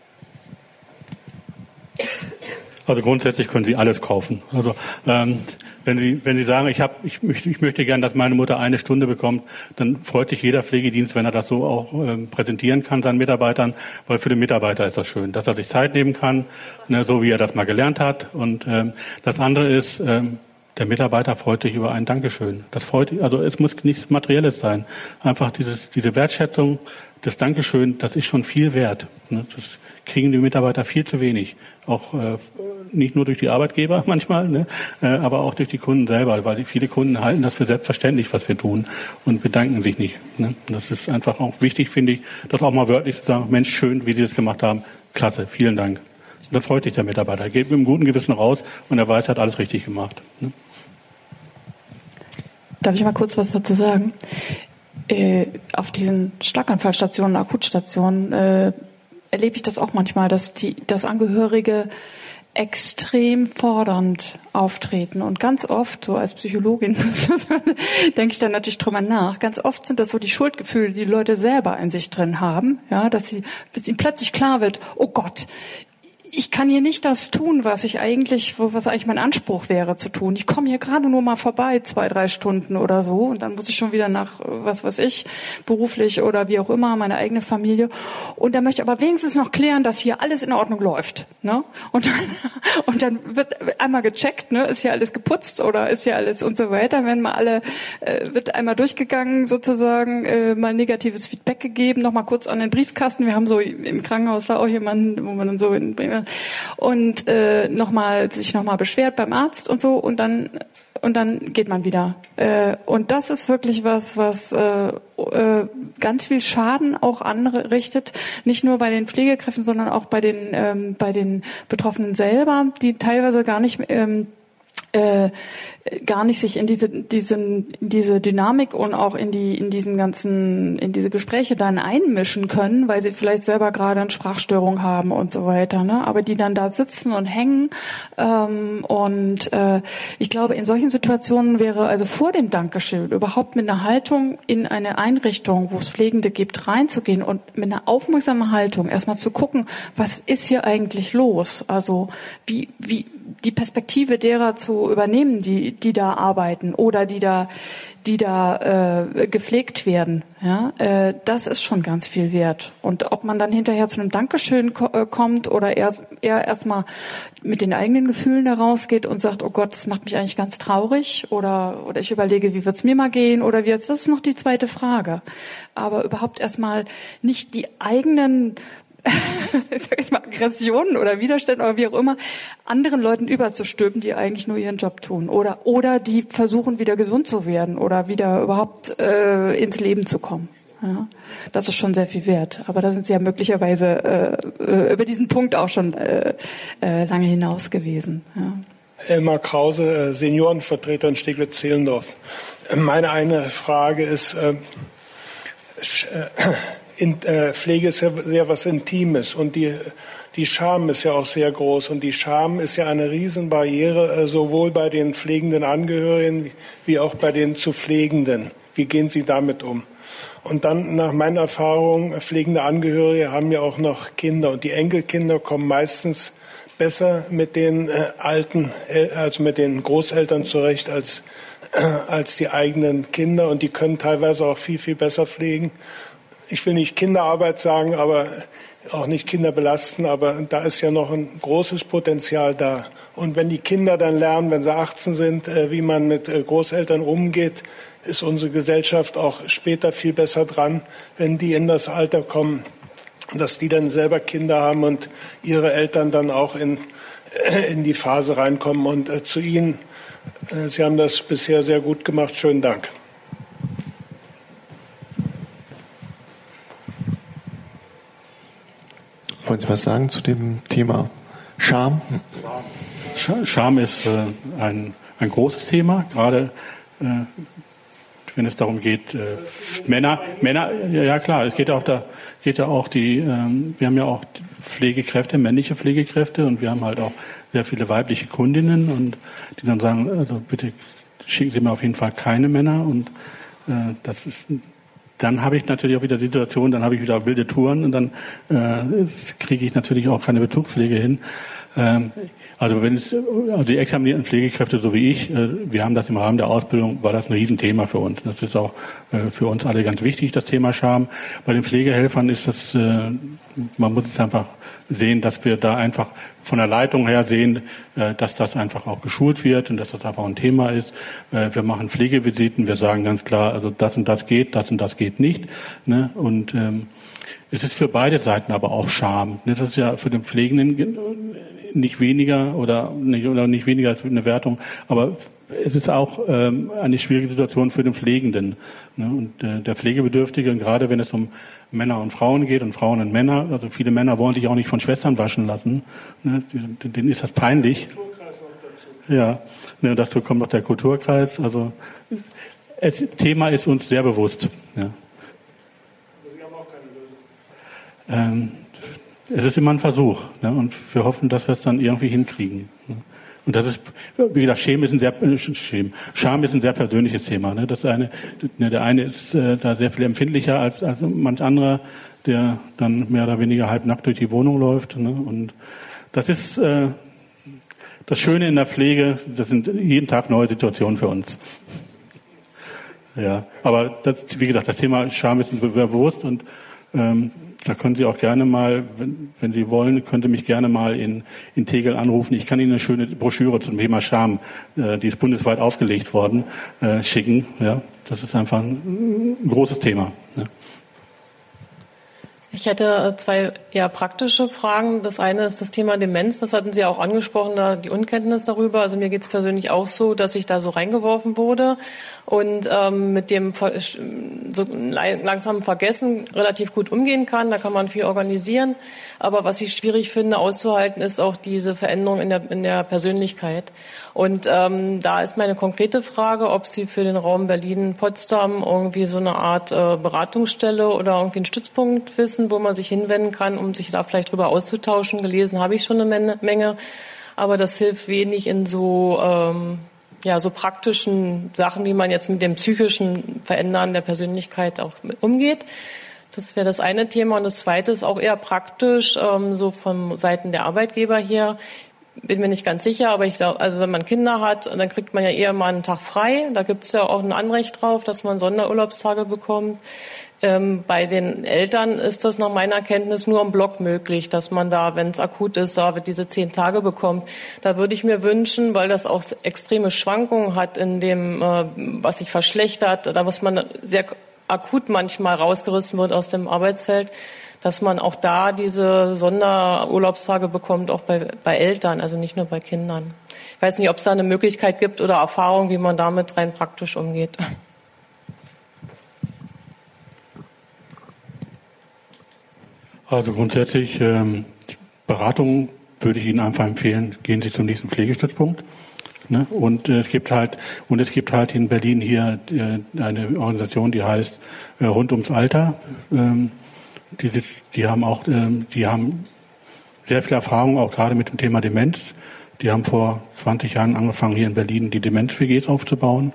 S5: Also grundsätzlich können Sie alles kaufen. Also wenn Sie sagen, ich möchte gern, dass meine Mutter 1 Stunde bekommt, dann freut sich jeder Pflegedienst, wenn er das so auch präsentieren kann seinen Mitarbeitern, weil für den Mitarbeiter ist das schön, dass er sich Zeit nehmen kann, ne, so wie er das mal gelernt hat. Und das andere ist, der Mitarbeiter freut sich über ein Dankeschön. Das freut, also es muss nichts Materielles sein. Einfach diese Wertschätzung, das Dankeschön, das ist schon viel wert. Ne? Das kriegen die Mitarbeiter viel zu wenig. Auch nicht nur durch die Arbeitgeber manchmal, ne, aber auch durch die Kunden selber, weil viele Kunden halten das für selbstverständlich, was wir tun und bedanken sich nicht. Ne. Das ist einfach auch wichtig, finde ich, das auch mal wörtlich zu sagen, Mensch, schön, wie Sie das gemacht haben, klasse, vielen Dank. Und dann freut sich der Mitarbeiter, geht mit einem guten Gewissen raus und er weiß, er hat alles richtig gemacht. Ne.
S3: Darf ich mal kurz was dazu sagen? Auf diesen Schlaganfallstationen, Akutstationen erlebe ich das auch manchmal, dass Angehörige extrem fordernd auftreten. Und ganz oft, so als Psychologin, denke ich dann natürlich drüber nach, ganz oft sind das so die Schuldgefühle, die Leute selber in sich drin haben, ja, bis ihnen plötzlich klar wird, oh Gott, ich kann hier nicht das tun, was eigentlich mein Anspruch wäre zu tun. Ich komme hier gerade nur mal vorbei, 2-3 Stunden oder so, und dann muss ich schon wieder nach, was weiß ich, beruflich oder wie auch immer, meine eigene Familie. Und da möchte ich aber wenigstens noch klären, dass hier alles in Ordnung läuft, ne? Und dann wird einmal gecheckt, ne? Ist hier alles geputzt oder ist hier alles und so weiter. Wird einmal durchgegangen sozusagen, mal negatives Feedback gegeben, nochmal kurz an den Briefkasten. Wir haben so im Krankenhaus da auch jemanden, wo man dann so und sich nochmal beschwert beim Arzt und so und dann geht man wieder. Und das ist wirklich was ganz viel Schaden auch anrichtet, nicht nur bei den Pflegekräften, sondern auch bei den Betroffenen selber, die teilweise gar nicht sich in diese Dynamik und auch in diese Gespräche dann einmischen können, weil sie vielleicht selber gerade eine Sprachstörung haben und so weiter, ne? Aber die dann da sitzen und hängen. Ich glaube, in solchen Situationen wäre also vor dem Dankeschön überhaupt mit einer Haltung in eine Einrichtung, wo es Pflegende gibt, reinzugehen und mit einer aufmerksamen Haltung erstmal zu gucken, was ist hier eigentlich los? Also wie die Perspektive derer zu übernehmen, die da arbeiten oder die da gepflegt werden, ja, das ist schon ganz viel wert. Und ob man dann hinterher zu einem Dankeschön kommt oder eher erstmal mit den eigenen Gefühlen da rausgeht und sagt, oh Gott, das macht mich eigentlich ganz traurig oder ich überlege, wie wird's mir mal gehen oder wie jetzt, das ist noch die zweite Frage. Aber überhaupt erstmal nicht die eigenen ich sag jetzt mal Aggressionen oder Widerstände oder wie auch immer, anderen Leuten überzustülpen, die eigentlich nur ihren Job tun oder die versuchen, wieder gesund zu werden oder wieder überhaupt ins Leben zu kommen. Ja, das ist schon sehr viel wert. Aber da sind Sie ja möglicherweise über diesen Punkt auch schon lange hinaus gewesen. Ja.
S7: Elmar Krause, Seniorenvertreter in Steglitz-Zehlendorf. Meine eine Frage ist, Pflege ist ja sehr was Intimes und die Scham ist ja auch sehr groß und die Scham ist ja eine Riesenbarriere, sowohl bei den pflegenden Angehörigen wie auch bei den zu Pflegenden. Wie gehen Sie damit um? Und dann nach meiner Erfahrung, pflegende Angehörige haben ja auch noch Kinder und die Enkelkinder kommen meistens besser mit den also mit den Großeltern zurecht als die eigenen Kinder und die können teilweise auch viel, viel besser pflegen. Ich will nicht Kinderarbeit sagen, aber auch nicht Kinder belasten, aber da ist ja noch ein großes Potenzial da. Und wenn die Kinder dann lernen, wenn sie 18 sind, wie man mit Großeltern umgeht, ist unsere Gesellschaft auch später viel besser dran, wenn die in das Alter kommen, dass die dann selber Kinder haben und ihre Eltern dann auch in die Phase reinkommen. Und zu Ihnen, Sie haben das bisher sehr gut gemacht. Schönen Dank.
S2: Wollen Sie was sagen zu dem Thema Scham?
S5: Scham ist ein großes Thema, gerade wenn es darum geht, Männer, ja klar, es geht ja auch wir haben ja auch Pflegekräfte, männliche Pflegekräfte, und wir haben halt auch sehr viele weibliche Kundinnen, und die dann sagen, also bitte schicken Sie mir auf jeden Fall keine Männer, und dann habe ich natürlich auch wieder die Situation, dann habe ich wieder wilde Touren, und dann kriege ich natürlich auch keine Bezugspflege hin. Also die examinierten Pflegekräfte, so wie ich, wir haben das im Rahmen der Ausbildung, war das ein Riesenthema für uns. Das ist auch für uns alle ganz wichtig, das Thema Scham. Bei den Pflegehelfern ist das, man muss es einfach sehen, dass wir da einfach von der Leitung her sehen, dass das einfach auch geschult wird und dass das einfach ein Thema ist. Wir machen Pflegevisiten, wir sagen ganz klar, also das und das geht nicht. Ne? Und es ist für beide Seiten aber auch Scham. Ne? Das ist ja für den Pflegenden nicht weniger oder nicht weniger als eine Wertung, aber es ist auch eine schwierige Situation für den Pflegenden. Ne? Und der Pflegebedürftige, und gerade wenn es um Männer und Frauen geht und Frauen und Männer, also viele Männer wollen sich auch nicht von Schwestern waschen lassen, ne? Denen ist das peinlich. Ja, ne, dazu kommt noch der Kulturkreis. Also das Thema ist uns sehr bewusst. Ja.
S7: Sie haben auch keine Lösung.
S5: Es ist immer ein Versuch, ne? Und wir hoffen, dass wir es dann irgendwie hinkriegen. Ne? Und das ist, wie gesagt, Scham ist ein sehr persönliches Thema. Ne? Der eine ist da sehr viel empfindlicher als manch anderer, der dann mehr oder weniger halbnackt durch die Wohnung läuft. Ne? Und das ist das Schöne in der Pflege, das sind jeden Tag neue Situationen für uns. Ja, aber wie gesagt, das Thema Scham ist uns sehr bewusst, und da können Sie auch gerne mal, wenn Sie wollen, können Sie mich gerne mal in Tegel anrufen. Ich kann Ihnen eine schöne Broschüre zum Thema Scham, die ist bundesweit aufgelegt worden, schicken. Ja, das ist einfach ein großes Thema. Ja.
S8: Ich hätte zwei eher praktische Fragen. Das eine ist das Thema Demenz. Das hatten Sie auch angesprochen, die Unkenntnis darüber. Also mir geht es persönlich auch so, dass ich da so reingeworfen wurde und mit dem so langsamen Vergessen relativ gut umgehen kann. Da kann man viel organisieren. Aber was ich schwierig finde auszuhalten, ist auch diese Veränderung in der Persönlichkeit. Und da ist meine konkrete Frage, ob Sie für den Raum Berlin-Potsdam irgendwie so eine Art Beratungsstelle oder irgendwie einen Stützpunkt wissen, wo man sich hinwenden kann, um sich da vielleicht drüber auszutauschen. Gelesen habe ich schon eine Menge, aber das hilft wenig in so praktischen Sachen, wie man jetzt mit dem psychischen Verändern der Persönlichkeit auch umgeht. Das wäre das eine Thema. Und das zweite ist auch eher praktisch, so von Seiten der Arbeitgeber her. Bin mir nicht ganz sicher, aber ich glaube, also wenn man Kinder hat, dann kriegt man ja eher mal einen Tag frei. Da gibt es ja auch ein Anrecht drauf, dass man Sonderurlaubstage bekommt. Bei den Eltern ist das nach meiner Kenntnis nur im Block möglich, dass man da, wenn es akut ist, diese 10 Tage bekommt. Da würde ich mir wünschen, weil das auch extreme Schwankungen hat in dem, was sich verschlechtert, da was man sehr akut manchmal rausgerissen wird aus dem Arbeitsfeld, dass man auch da diese Sonderurlaubstage bekommt, auch bei Eltern, also nicht nur bei Kindern. Ich weiß nicht, ob es da eine Möglichkeit gibt oder Erfahrung, wie man damit rein praktisch umgeht.
S5: Also grundsätzlich, Beratung würde ich Ihnen einfach empfehlen, gehen Sie zum nächsten Pflegestützpunkt. Ne? Und es gibt halt in Berlin hier eine Organisation, die heißt Rund ums Alter. Die haben sehr viel Erfahrung, auch gerade mit dem Thema Demenz. Die haben vor 20 Jahren angefangen, hier in Berlin die Demenz-WGs aufzubauen.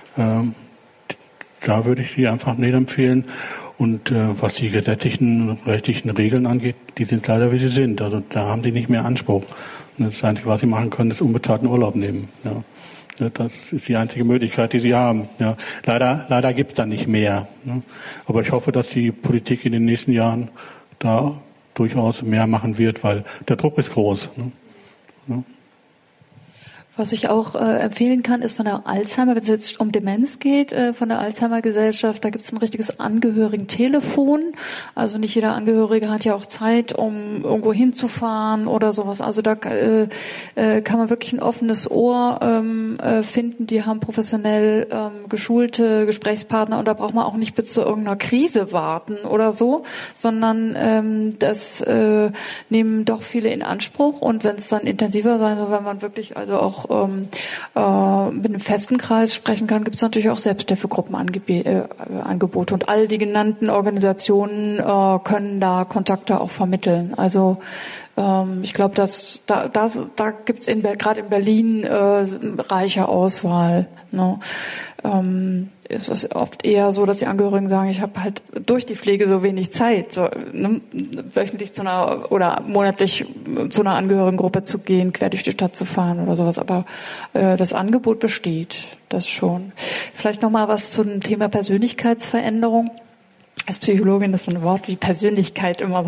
S5: Da würde ich Sie einfach nicht empfehlen. Und was die gesetzlichen, rechtlichen Regeln angeht, die sind leider, wie sie sind. Also da haben die nicht mehr Anspruch. Das Einzige, was sie machen können, ist unbezahlten Urlaub nehmen. Ja. Das ist die einzige Möglichkeit, die sie haben. Ja. Leider gibt es da nicht mehr. Ne? Aber ich hoffe, dass die Politik in den nächsten Jahren da durchaus mehr machen wird, weil der Druck ist groß. Ne? Ja.
S3: Was ich auch empfehlen kann, ist von der Alzheimer, wenn es jetzt um Demenz geht, von der Alzheimer-Gesellschaft, da gibt es ein richtiges Angehörigen-Telefon. Also nicht jeder Angehörige hat ja auch Zeit, um irgendwo hinzufahren oder sowas. Also da kann man wirklich ein offenes Ohr finden. Die haben professionell geschulte Gesprächspartner und da braucht man auch nicht bis zu irgendeiner Krise warten oder so, sondern das nehmen doch viele in Anspruch. Und wenn es dann intensiver sein soll, wenn man wirklich also auch mit einem festen Kreis sprechen kann, gibt es natürlich auch Selbsthilfegruppenangebote und all die genannten Organisationen können da Kontakte auch vermitteln. Also ich glaube, da gibt's gerade in Berlin reiche Auswahl. Ne? Es ist oft eher so, dass die Angehörigen sagen, ich habe halt durch die Pflege so wenig Zeit, so, ne, wöchentlich oder monatlich zu einer Angehörigengruppe zu gehen, quer durch die Stadt zu fahren oder sowas. Aber das Angebot besteht, das schon. Vielleicht noch mal was zum Thema Persönlichkeitsveränderung. Als Psychologin ist so ein Wort wie Persönlichkeit immer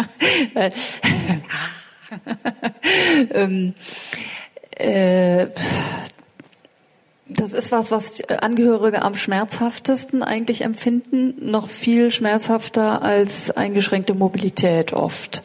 S3: das ist was Angehörige am schmerzhaftesten eigentlich empfinden, noch viel schmerzhafter als eingeschränkte Mobilität oft.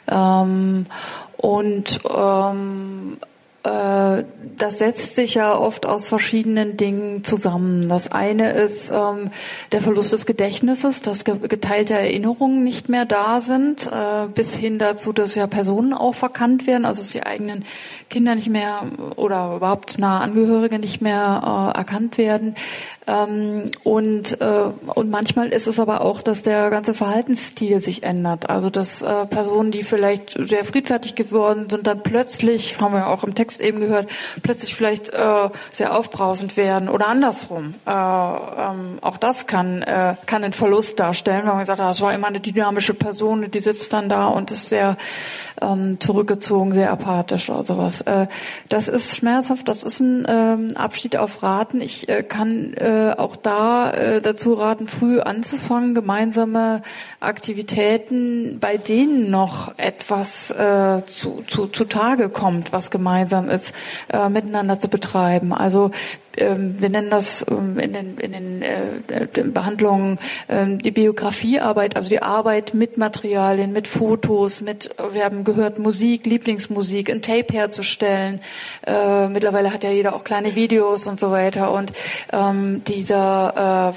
S3: Das setzt sich ja oft aus verschiedenen Dingen zusammen. Das eine ist der Verlust des Gedächtnisses, dass geteilte Erinnerungen nicht mehr da sind, bis hin dazu, dass ja Personen auch verkannt werden, also dass die eigenen Kinder nicht mehr oder überhaupt nahe Angehörige nicht mehr erkannt werden. Und manchmal ist es aber auch, dass der ganze Verhaltensstil sich ändert. Also dass Personen, die vielleicht sehr friedfertig geworden sind, dann plötzlich, haben wir auch im Text eben gehört, plötzlich vielleicht sehr aufbrausend werden oder andersrum. Auch das kann einen Verlust darstellen, wenn man sagt, das war immer eine dynamische Person, die sitzt dann da und ist sehr zurückgezogen, sehr apathisch oder sowas. Das ist schmerzhaft, das ist ein Abschied auf Raten. Ich kann auch da dazu raten, früh anzufangen, gemeinsame Aktivitäten, bei denen noch etwas zutage kommt, was gemeinsam ist, miteinander zu betreiben. Also wir nennen das in den Behandlungen die Biografiearbeit, also die Arbeit mit Materialien, mit Fotos, wir haben gehört, Musik, Lieblingsmusik, ein Tape herzustellen. Mittlerweile hat ja jeder auch kleine Videos und so weiter. Und diese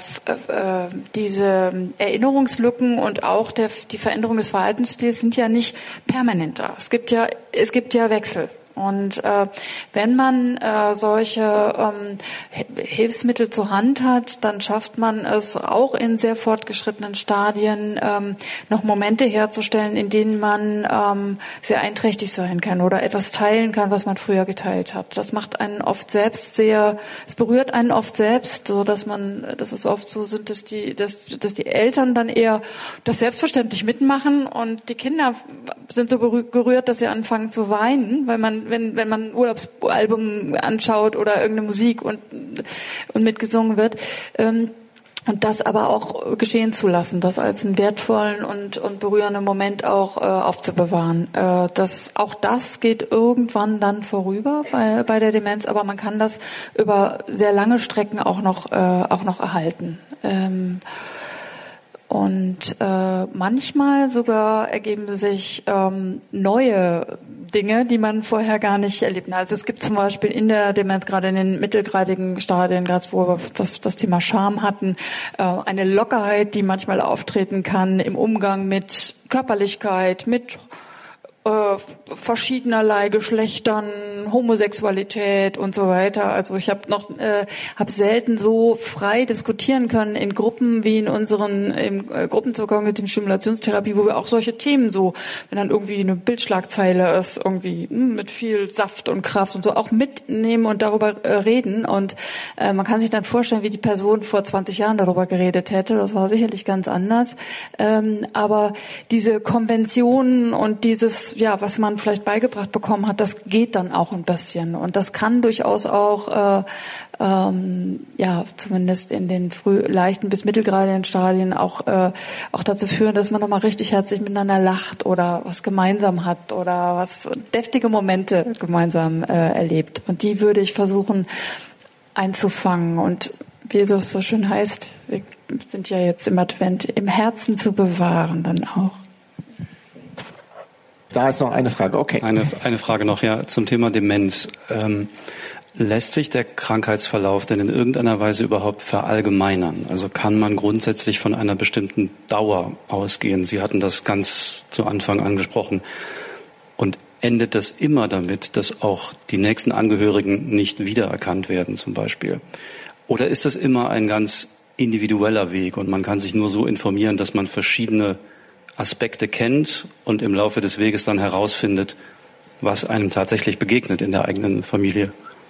S3: Erinnerungslücken und auch die Veränderung des Verhaltensstils sind ja nicht permanent da. Es gibt ja Wechsel. Und wenn man solche Hilfsmittel zur Hand hat, dann schafft man es auch in sehr fortgeschrittenen Stadien noch Momente herzustellen, in denen man sehr einträchtig sein kann oder etwas teilen kann, was man früher geteilt hat. Das macht einen oft selbst es berührt einen oft selbst, so dass es oft so sind, dass die Eltern dann eher das selbstverständlich mitmachen und die Kinder sind so gerührt, dass sie anfangen zu weinen, weil wenn man ein Urlaubsalbum anschaut oder irgendeine Musik und mitgesungen wird, und das aber auch geschehen zu lassen, das als einen wertvollen und berührenden Moment auch aufzubewahren. Auch das geht irgendwann dann vorüber bei der Demenz, aber man kann das über sehr lange Strecken auch noch erhalten. Und manchmal sogar ergeben sich neue Dinge, die man vorher gar nicht erlebt hat. Also es gibt zum Beispiel in der Demenz, gerade in den mittelgradigen Stadien, gerade wo wir das Thema Scham hatten, eine Lockerheit, die manchmal auftreten kann im Umgang mit Körperlichkeit, mit verschiedenerlei Geschlechtern, Homosexualität und so weiter. Also ich habe selten so frei diskutieren können in Gruppen wie in unseren Gruppen zur kognitiven Stimulationstherapie, wo wir auch solche Themen so, wenn dann irgendwie eine Bildschlagzeile ist, irgendwie mit viel Saft und Kraft und so, auch mitnehmen und darüber reden. Und man kann sich dann vorstellen, wie die Person vor 20 Jahren darüber geredet hätte. Das war sicherlich ganz anders. Aber diese Konventionen und dieses was man vielleicht beigebracht bekommen hat, das geht dann auch ein bisschen. Und das kann durchaus auch, zumindest in den leichten bis mittelgradigen Stadien auch dazu führen, dass man nochmal richtig herzlich miteinander lacht oder was gemeinsam hat oder was deftige Momente gemeinsam erlebt. Und die würde ich versuchen einzufangen und wie das so schön heißt, wir sind ja jetzt im Advent, im Herzen zu bewahren dann auch.
S2: Da ist noch eine Frage, okay.
S9: Eine Frage noch, zum Thema Demenz. Lässt sich der Krankheitsverlauf denn in irgendeiner Weise überhaupt verallgemeinern? Also kann man grundsätzlich von einer bestimmten Dauer ausgehen? Sie hatten das ganz zu Anfang angesprochen. Und endet das immer damit, dass auch die nächsten Angehörigen nicht wiedererkannt werden zum Beispiel? Oder ist das immer ein ganz individueller Weg und man kann sich nur so informieren, dass man verschiedene Aspekte kennt und im Laufe des Weges dann herausfindet, was einem tatsächlich begegnet in der eigenen Familie?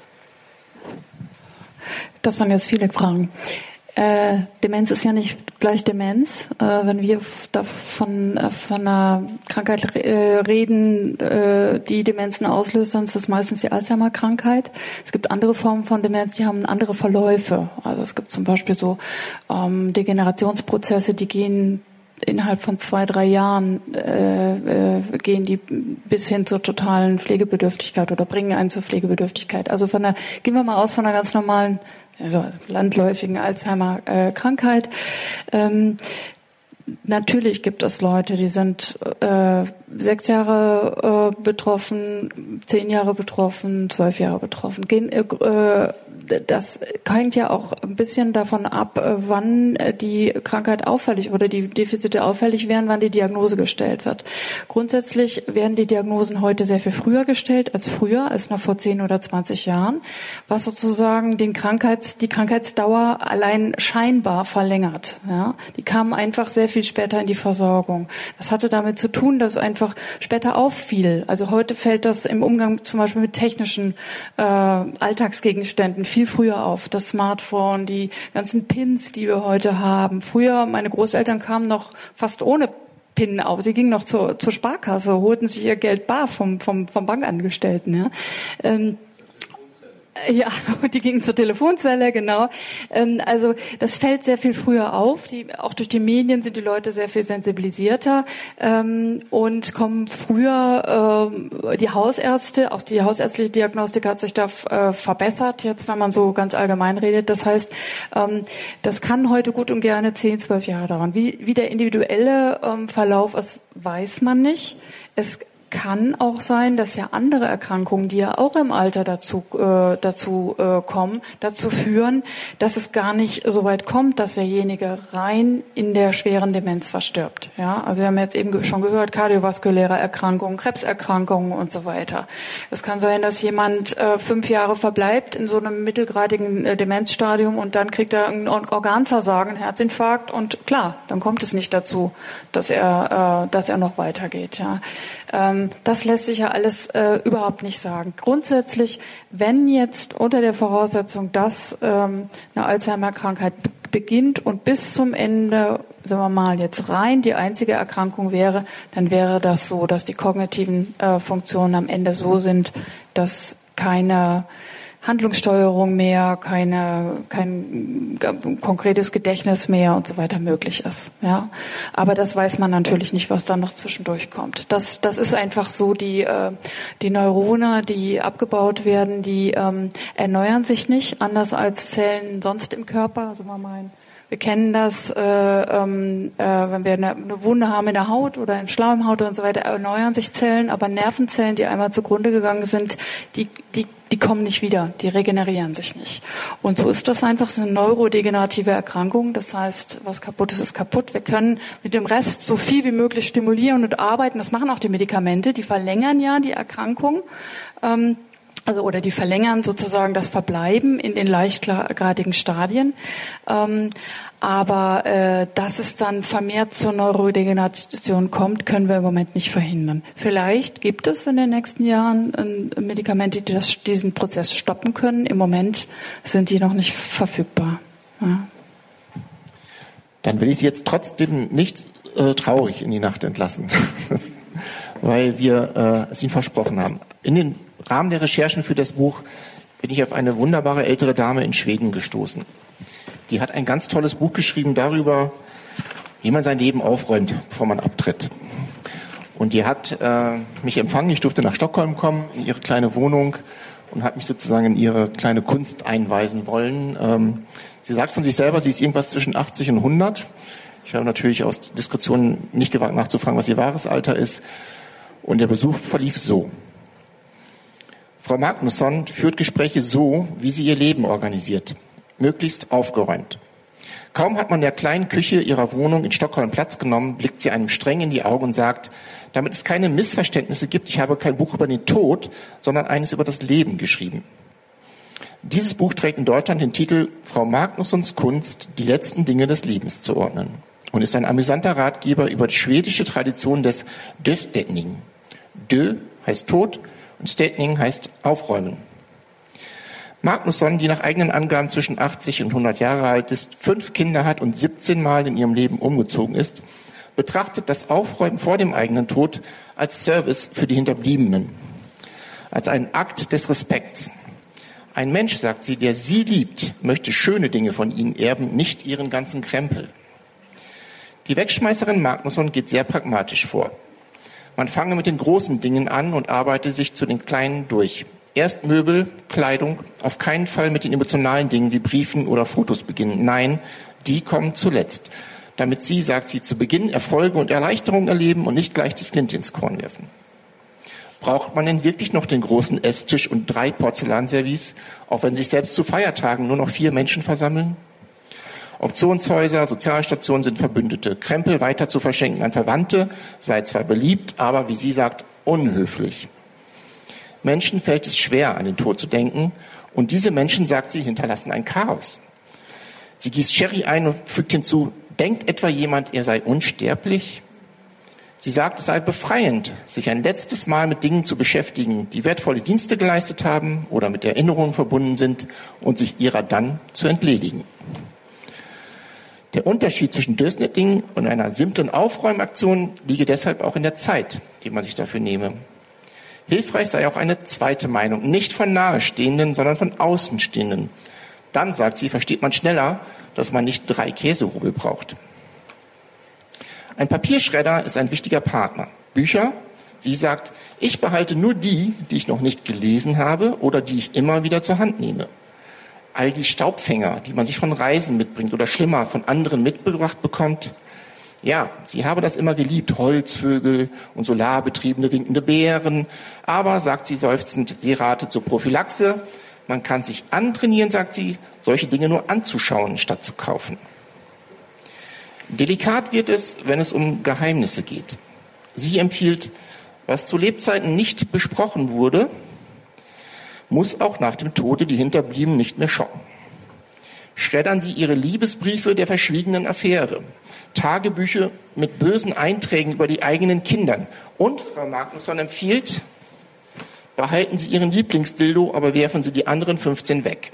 S3: Das waren jetzt viele Fragen. Demenz ist ja nicht gleich Demenz. Wenn wir von einer Krankheit reden, die Demenzen auslöst, dann ist das meistens die Alzheimer-Krankheit. Es gibt andere Formen von Demenz, die haben andere Verläufe. Also es gibt zum Beispiel so Degenerationsprozesse, die gehen innerhalb von 2-3 Jahren gehen die bis hin zur totalen Pflegebedürftigkeit oder bringen einen zur Pflegebedürftigkeit. Also gehen wir mal aus von einer ganz normalen, landläufigen Alzheimer-Krankheit. Natürlich gibt es Leute, die sind 6 Jahre betroffen, 10 Jahre betroffen, 12 Jahre betroffen. Das hängt ja auch ein bisschen davon ab, wann die Krankheit auffällig oder die Defizite auffällig werden, wann die Diagnose gestellt wird. Grundsätzlich werden die Diagnosen heute sehr viel früher gestellt als früher, als noch vor 10 oder 20 Jahren, was sozusagen die Krankheitsdauer allein scheinbar verlängert. Ja? Die kamen einfach sehr viel später in die Versorgung. Das hatte damit zu tun, dass einfach später auffiel. Also heute fällt das im Umgang zum Beispiel mit technischen Alltagsgegenständen viel früher auf. Das Smartphone, die ganzen Pins, die wir heute haben. Früher, meine Großeltern kamen noch fast ohne PIN auf. Sie gingen noch zur Sparkasse, holten sich ihr Geld bar vom Bankangestellten. Ja. Ja, die gingen zur Telefonzelle, genau. Also das fällt sehr viel früher auf. Auch durch die Medien sind die Leute sehr viel sensibilisierter und kommen früher. Die Hausärzte, auch die hausärztliche Diagnostik hat sich da verbessert, jetzt wenn man so ganz allgemein redet. Das heißt, das kann heute gut und gerne 10-12 Jahre dauern. Wie der individuelle Verlauf ist, weiß man nicht. Es kann auch sein, dass ja andere Erkrankungen, die ja auch im Alter dazu kommen, dazu führen, dass es gar nicht so weit kommt, dass derjenige rein in der schweren Demenz verstirbt. Ja, also wir haben jetzt eben schon gehört, kardiovaskuläre Erkrankungen, Krebserkrankungen und so weiter. Es kann sein, dass jemand 5 Jahre verbleibt in so einem mittelgradigen Demenzstadium und dann kriegt er ein Organversagen, Herzinfarkt und klar, dann kommt es nicht dazu, dass er noch weitergeht. Ja. Das lässt sich ja alles überhaupt nicht sagen. Grundsätzlich, wenn jetzt unter der Voraussetzung, dass eine Alzheimer-Krankheit beginnt und bis zum Ende, sagen wir mal, jetzt rein die einzige Erkrankung wäre, dann wäre das so, dass die kognitiven Funktionen am Ende so sind, dass keine Handlungssteuerung mehr, kein konkretes Gedächtnis mehr und so weiter möglich ist. Ja, aber das weiß man natürlich nicht, was dann noch zwischendurch kommt. Das ist einfach so, die Neurone, die abgebaut werden, die erneuern sich nicht, anders als Zellen sonst im Körper. Also wir kennen das, wenn wir eine Wunde haben in der Haut oder in Schleimhaut und so weiter, erneuern sich Zellen, aber Nervenzellen, die einmal zugrunde gegangen sind, die kommen nicht wieder, die regenerieren sich nicht. Und so ist das einfach, so eine neurodegenerative Erkrankung. Das heißt, was kaputt ist, ist kaputt. Wir können mit dem Rest so viel wie möglich stimulieren und arbeiten. Das machen auch die Medikamente, die verlängern ja die Erkrankung. Oder die verlängern sozusagen das Verbleiben in den leichtgradigen Stadien. Aber dass es dann vermehrt zur Neurodegeneration kommt, können wir im Moment nicht verhindern. Vielleicht gibt es in den nächsten Jahren Medikamente, die diesen Prozess stoppen können. Im Moment sind die noch nicht verfügbar. Ja.
S2: Dann will ich Sie jetzt trotzdem nicht traurig in die Nacht entlassen. weil wir es Ihnen versprochen haben. In den Rahmen der Recherchen für das Buch bin ich auf eine wunderbare ältere Dame in Schweden gestoßen. Die hat ein ganz tolles Buch geschrieben darüber, wie man sein Leben aufräumt, bevor man abtritt. Und die hat mich empfangen. Ich durfte nach Stockholm kommen, in ihre kleine Wohnung, und hat mich sozusagen in ihre kleine Kunst einweisen wollen. Sie sagt von sich selber, sie ist irgendwas zwischen 80 und 100. Ich habe natürlich aus Diskretionen nicht gewagt nachzufragen, was ihr wahres Alter ist. Und der Besuch verlief so. Frau Magnusson führt Gespräche so, wie sie ihr Leben organisiert. Möglichst aufgeräumt. Kaum hat man der kleinen Küche ihrer Wohnung in Stockholm Platz genommen, blickt sie einem streng in die Augen und sagt, damit es keine Missverständnisse gibt, ich habe kein Buch über den Tod, sondern eines über das Leben geschrieben. Dieses Buch trägt in Deutschland den Titel Frau Magnussons Kunst, die letzten Dinge des Lebens zu ordnen und ist ein amüsanter Ratgeber über die schwedische Tradition des Döstädning. Dö heißt Tod und Städning heißt Aufräumen. Magnusson, die nach eigenen Angaben zwischen 80 und 100 Jahre alt ist, 5 Kinder hat und 17 Mal in ihrem Leben umgezogen ist, betrachtet das Aufräumen vor dem eigenen Tod als Service für die Hinterbliebenen, als einen Akt des Respekts. Ein Mensch, sagt sie, der sie liebt, möchte schöne Dinge von ihnen erben, nicht ihren ganzen Krempel. Die Wegschmeißerin Magnusson geht sehr pragmatisch vor. Man fange mit den großen Dingen an und arbeite sich zu den kleinen durch. Erst Möbel, Kleidung, auf keinen Fall mit den emotionalen Dingen wie Briefen oder Fotos beginnen. Nein, die kommen zuletzt. Damit sie, sagt sie, zu Beginn Erfolge und Erleichterungen erleben und nicht gleich die Flinte ins Korn werfen. Braucht man denn wirklich noch den großen Esstisch und 3 Porzellanservice, auch wenn sich selbst zu Feiertagen nur noch 4 Menschen versammeln? Auktionshäuser, Sozialstationen sind Verbündete. Krempel weiter zu verschenken an Verwandte sei zwar beliebt, aber, wie sie sagt, unhöflich. Menschen fällt es schwer, an den Tod zu denken. Und diese Menschen, sagt sie, hinterlassen ein Chaos. Sie gießt Sherry ein und fügt hinzu, denkt etwa jemand, er sei unsterblich? Sie sagt, es sei befreiend, sich ein letztes Mal mit Dingen zu beschäftigen, die wertvolle Dienste geleistet haben oder mit Erinnerungen verbunden sind und sich ihrer dann zu entledigen. Der Unterschied zwischen Dösnetting und einer simplen Aufräumaktion liege deshalb auch in der Zeit, die man sich dafür nehme. Hilfreich sei auch eine zweite Meinung, nicht von Nahestehenden, sondern von Außenstehenden. Dann, sagt sie, versteht man schneller, dass man nicht 3 Käsehobel braucht. Ein Papierschredder ist ein wichtiger Partner. Bücher, sie sagt, ich behalte nur die ich noch nicht gelesen habe oder die ich immer wieder zur Hand nehme. All die Staubfänger, die man sich von Reisen mitbringt oder schlimmer von anderen mitgebracht bekommt, ja, sie habe das immer geliebt, Holzvögel und solarbetriebene winkende Bären. Aber, sagt sie seufzend, sie rate zur Prophylaxe. Man kann sich antrainieren, sagt sie, solche Dinge nur anzuschauen, statt zu kaufen. Delikat wird es, wenn es um Geheimnisse geht. Sie empfiehlt, was zu Lebzeiten nicht besprochen wurde, muss auch nach dem Tode die Hinterbliebenen nicht mehr schocken. Schreddern Sie Ihre Liebesbriefe der verschwiegenen Affäre, Tagebücher mit bösen Einträgen über die eigenen Kinder. Und Frau Magnusson empfiehlt, behalten Sie Ihren Lieblingsdildo, aber werfen Sie die anderen 15 weg.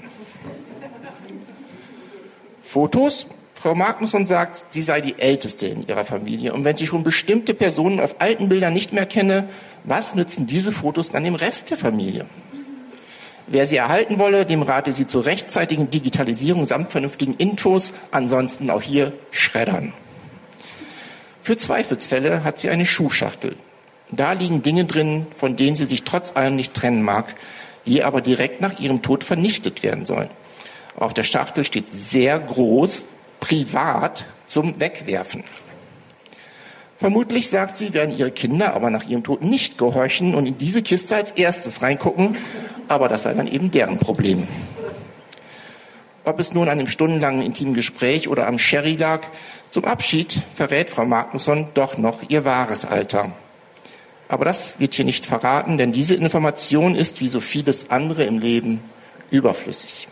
S2: Fotos. Frau Magnusson sagt, sie sei die Älteste in ihrer Familie. Und wenn sie schon bestimmte Personen auf alten Bildern nicht mehr kenne, was nützen diese Fotos dann dem Rest der Familie? Wer sie erhalten wolle, dem rate sie zur rechtzeitigen Digitalisierung samt vernünftigen Infos, ansonsten auch hier schreddern. Für Zweifelsfälle hat sie eine Schuhschachtel. Da liegen Dinge drin, von denen sie sich trotz allem nicht trennen mag, die aber direkt nach ihrem Tod vernichtet werden sollen. Auf der Schachtel steht sehr groß, privat zum Wegwerfen. Vermutlich, sagt sie, werden ihre Kinder aber nach ihrem Tod nicht gehorchen und in diese Kiste als erstes reingucken, aber das sei dann eben deren Problem. Ob es nun an einem stundenlangen intimen Gespräch oder am Sherry lag, zum Abschied verrät Frau Magnusson doch noch ihr wahres Alter. Aber das wird hier nicht verraten, denn diese Information ist, wie so vieles andere im Leben, überflüssig.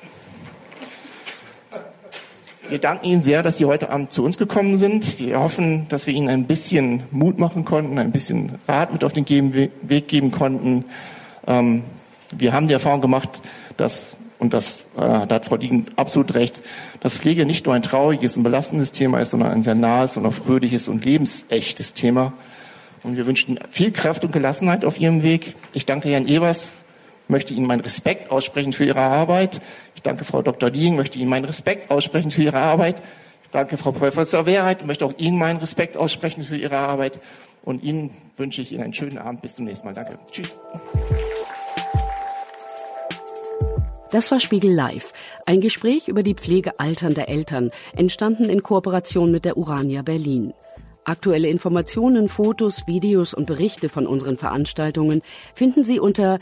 S2: Wir danken Ihnen sehr, dass Sie heute Abend zu uns gekommen sind. Wir hoffen, dass wir Ihnen ein bisschen Mut machen konnten, ein bisschen Rat mit auf den Weg geben konnten. Wir haben die Erfahrung gemacht, dass, und da hat Frau Diegen absolut recht, dass Pflege nicht nur ein trauriges und belastendes Thema ist, sondern ein sehr nahes und auch fröhliches und lebensechtes Thema. Und wir wünschen viel Kraft und Gelassenheit auf Ihrem Weg. Ich danke Herrn Evers, möchte Ihnen meinen Respekt aussprechen für Ihre Arbeit. Ich danke Frau Dr. Dieng, möchte Ihnen meinen Respekt aussprechen für Ihre Arbeit. Ich danke Frau Professor Wehrheit und möchte auch Ihnen meinen Respekt aussprechen für Ihre Arbeit. Und Ihnen wünsche ich Ihnen einen schönen Abend. Bis zum nächsten Mal. Danke. Tschüss.
S1: Das war Spiegel Live, ein Gespräch über die Pflege alternder Eltern, entstanden in Kooperation mit der Urania Berlin. Aktuelle Informationen, Fotos, Videos und Berichte von unseren Veranstaltungen finden Sie unter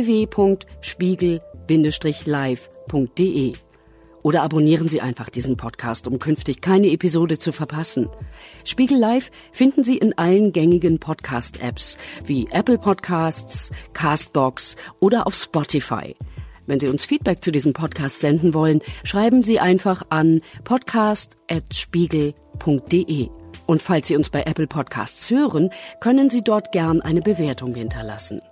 S1: www.spiegel-live.de. Oder abonnieren Sie einfach diesen Podcast, um künftig keine Episode zu verpassen. Spiegel Live finden Sie in allen gängigen Podcast-Apps wie Apple Podcasts, Castbox oder auf Spotify. Wenn Sie uns Feedback zu diesem Podcast senden wollen, schreiben Sie einfach an podcast@spiegel.de. Und falls Sie uns bei Apple Podcasts hören, können Sie dort gern eine Bewertung hinterlassen.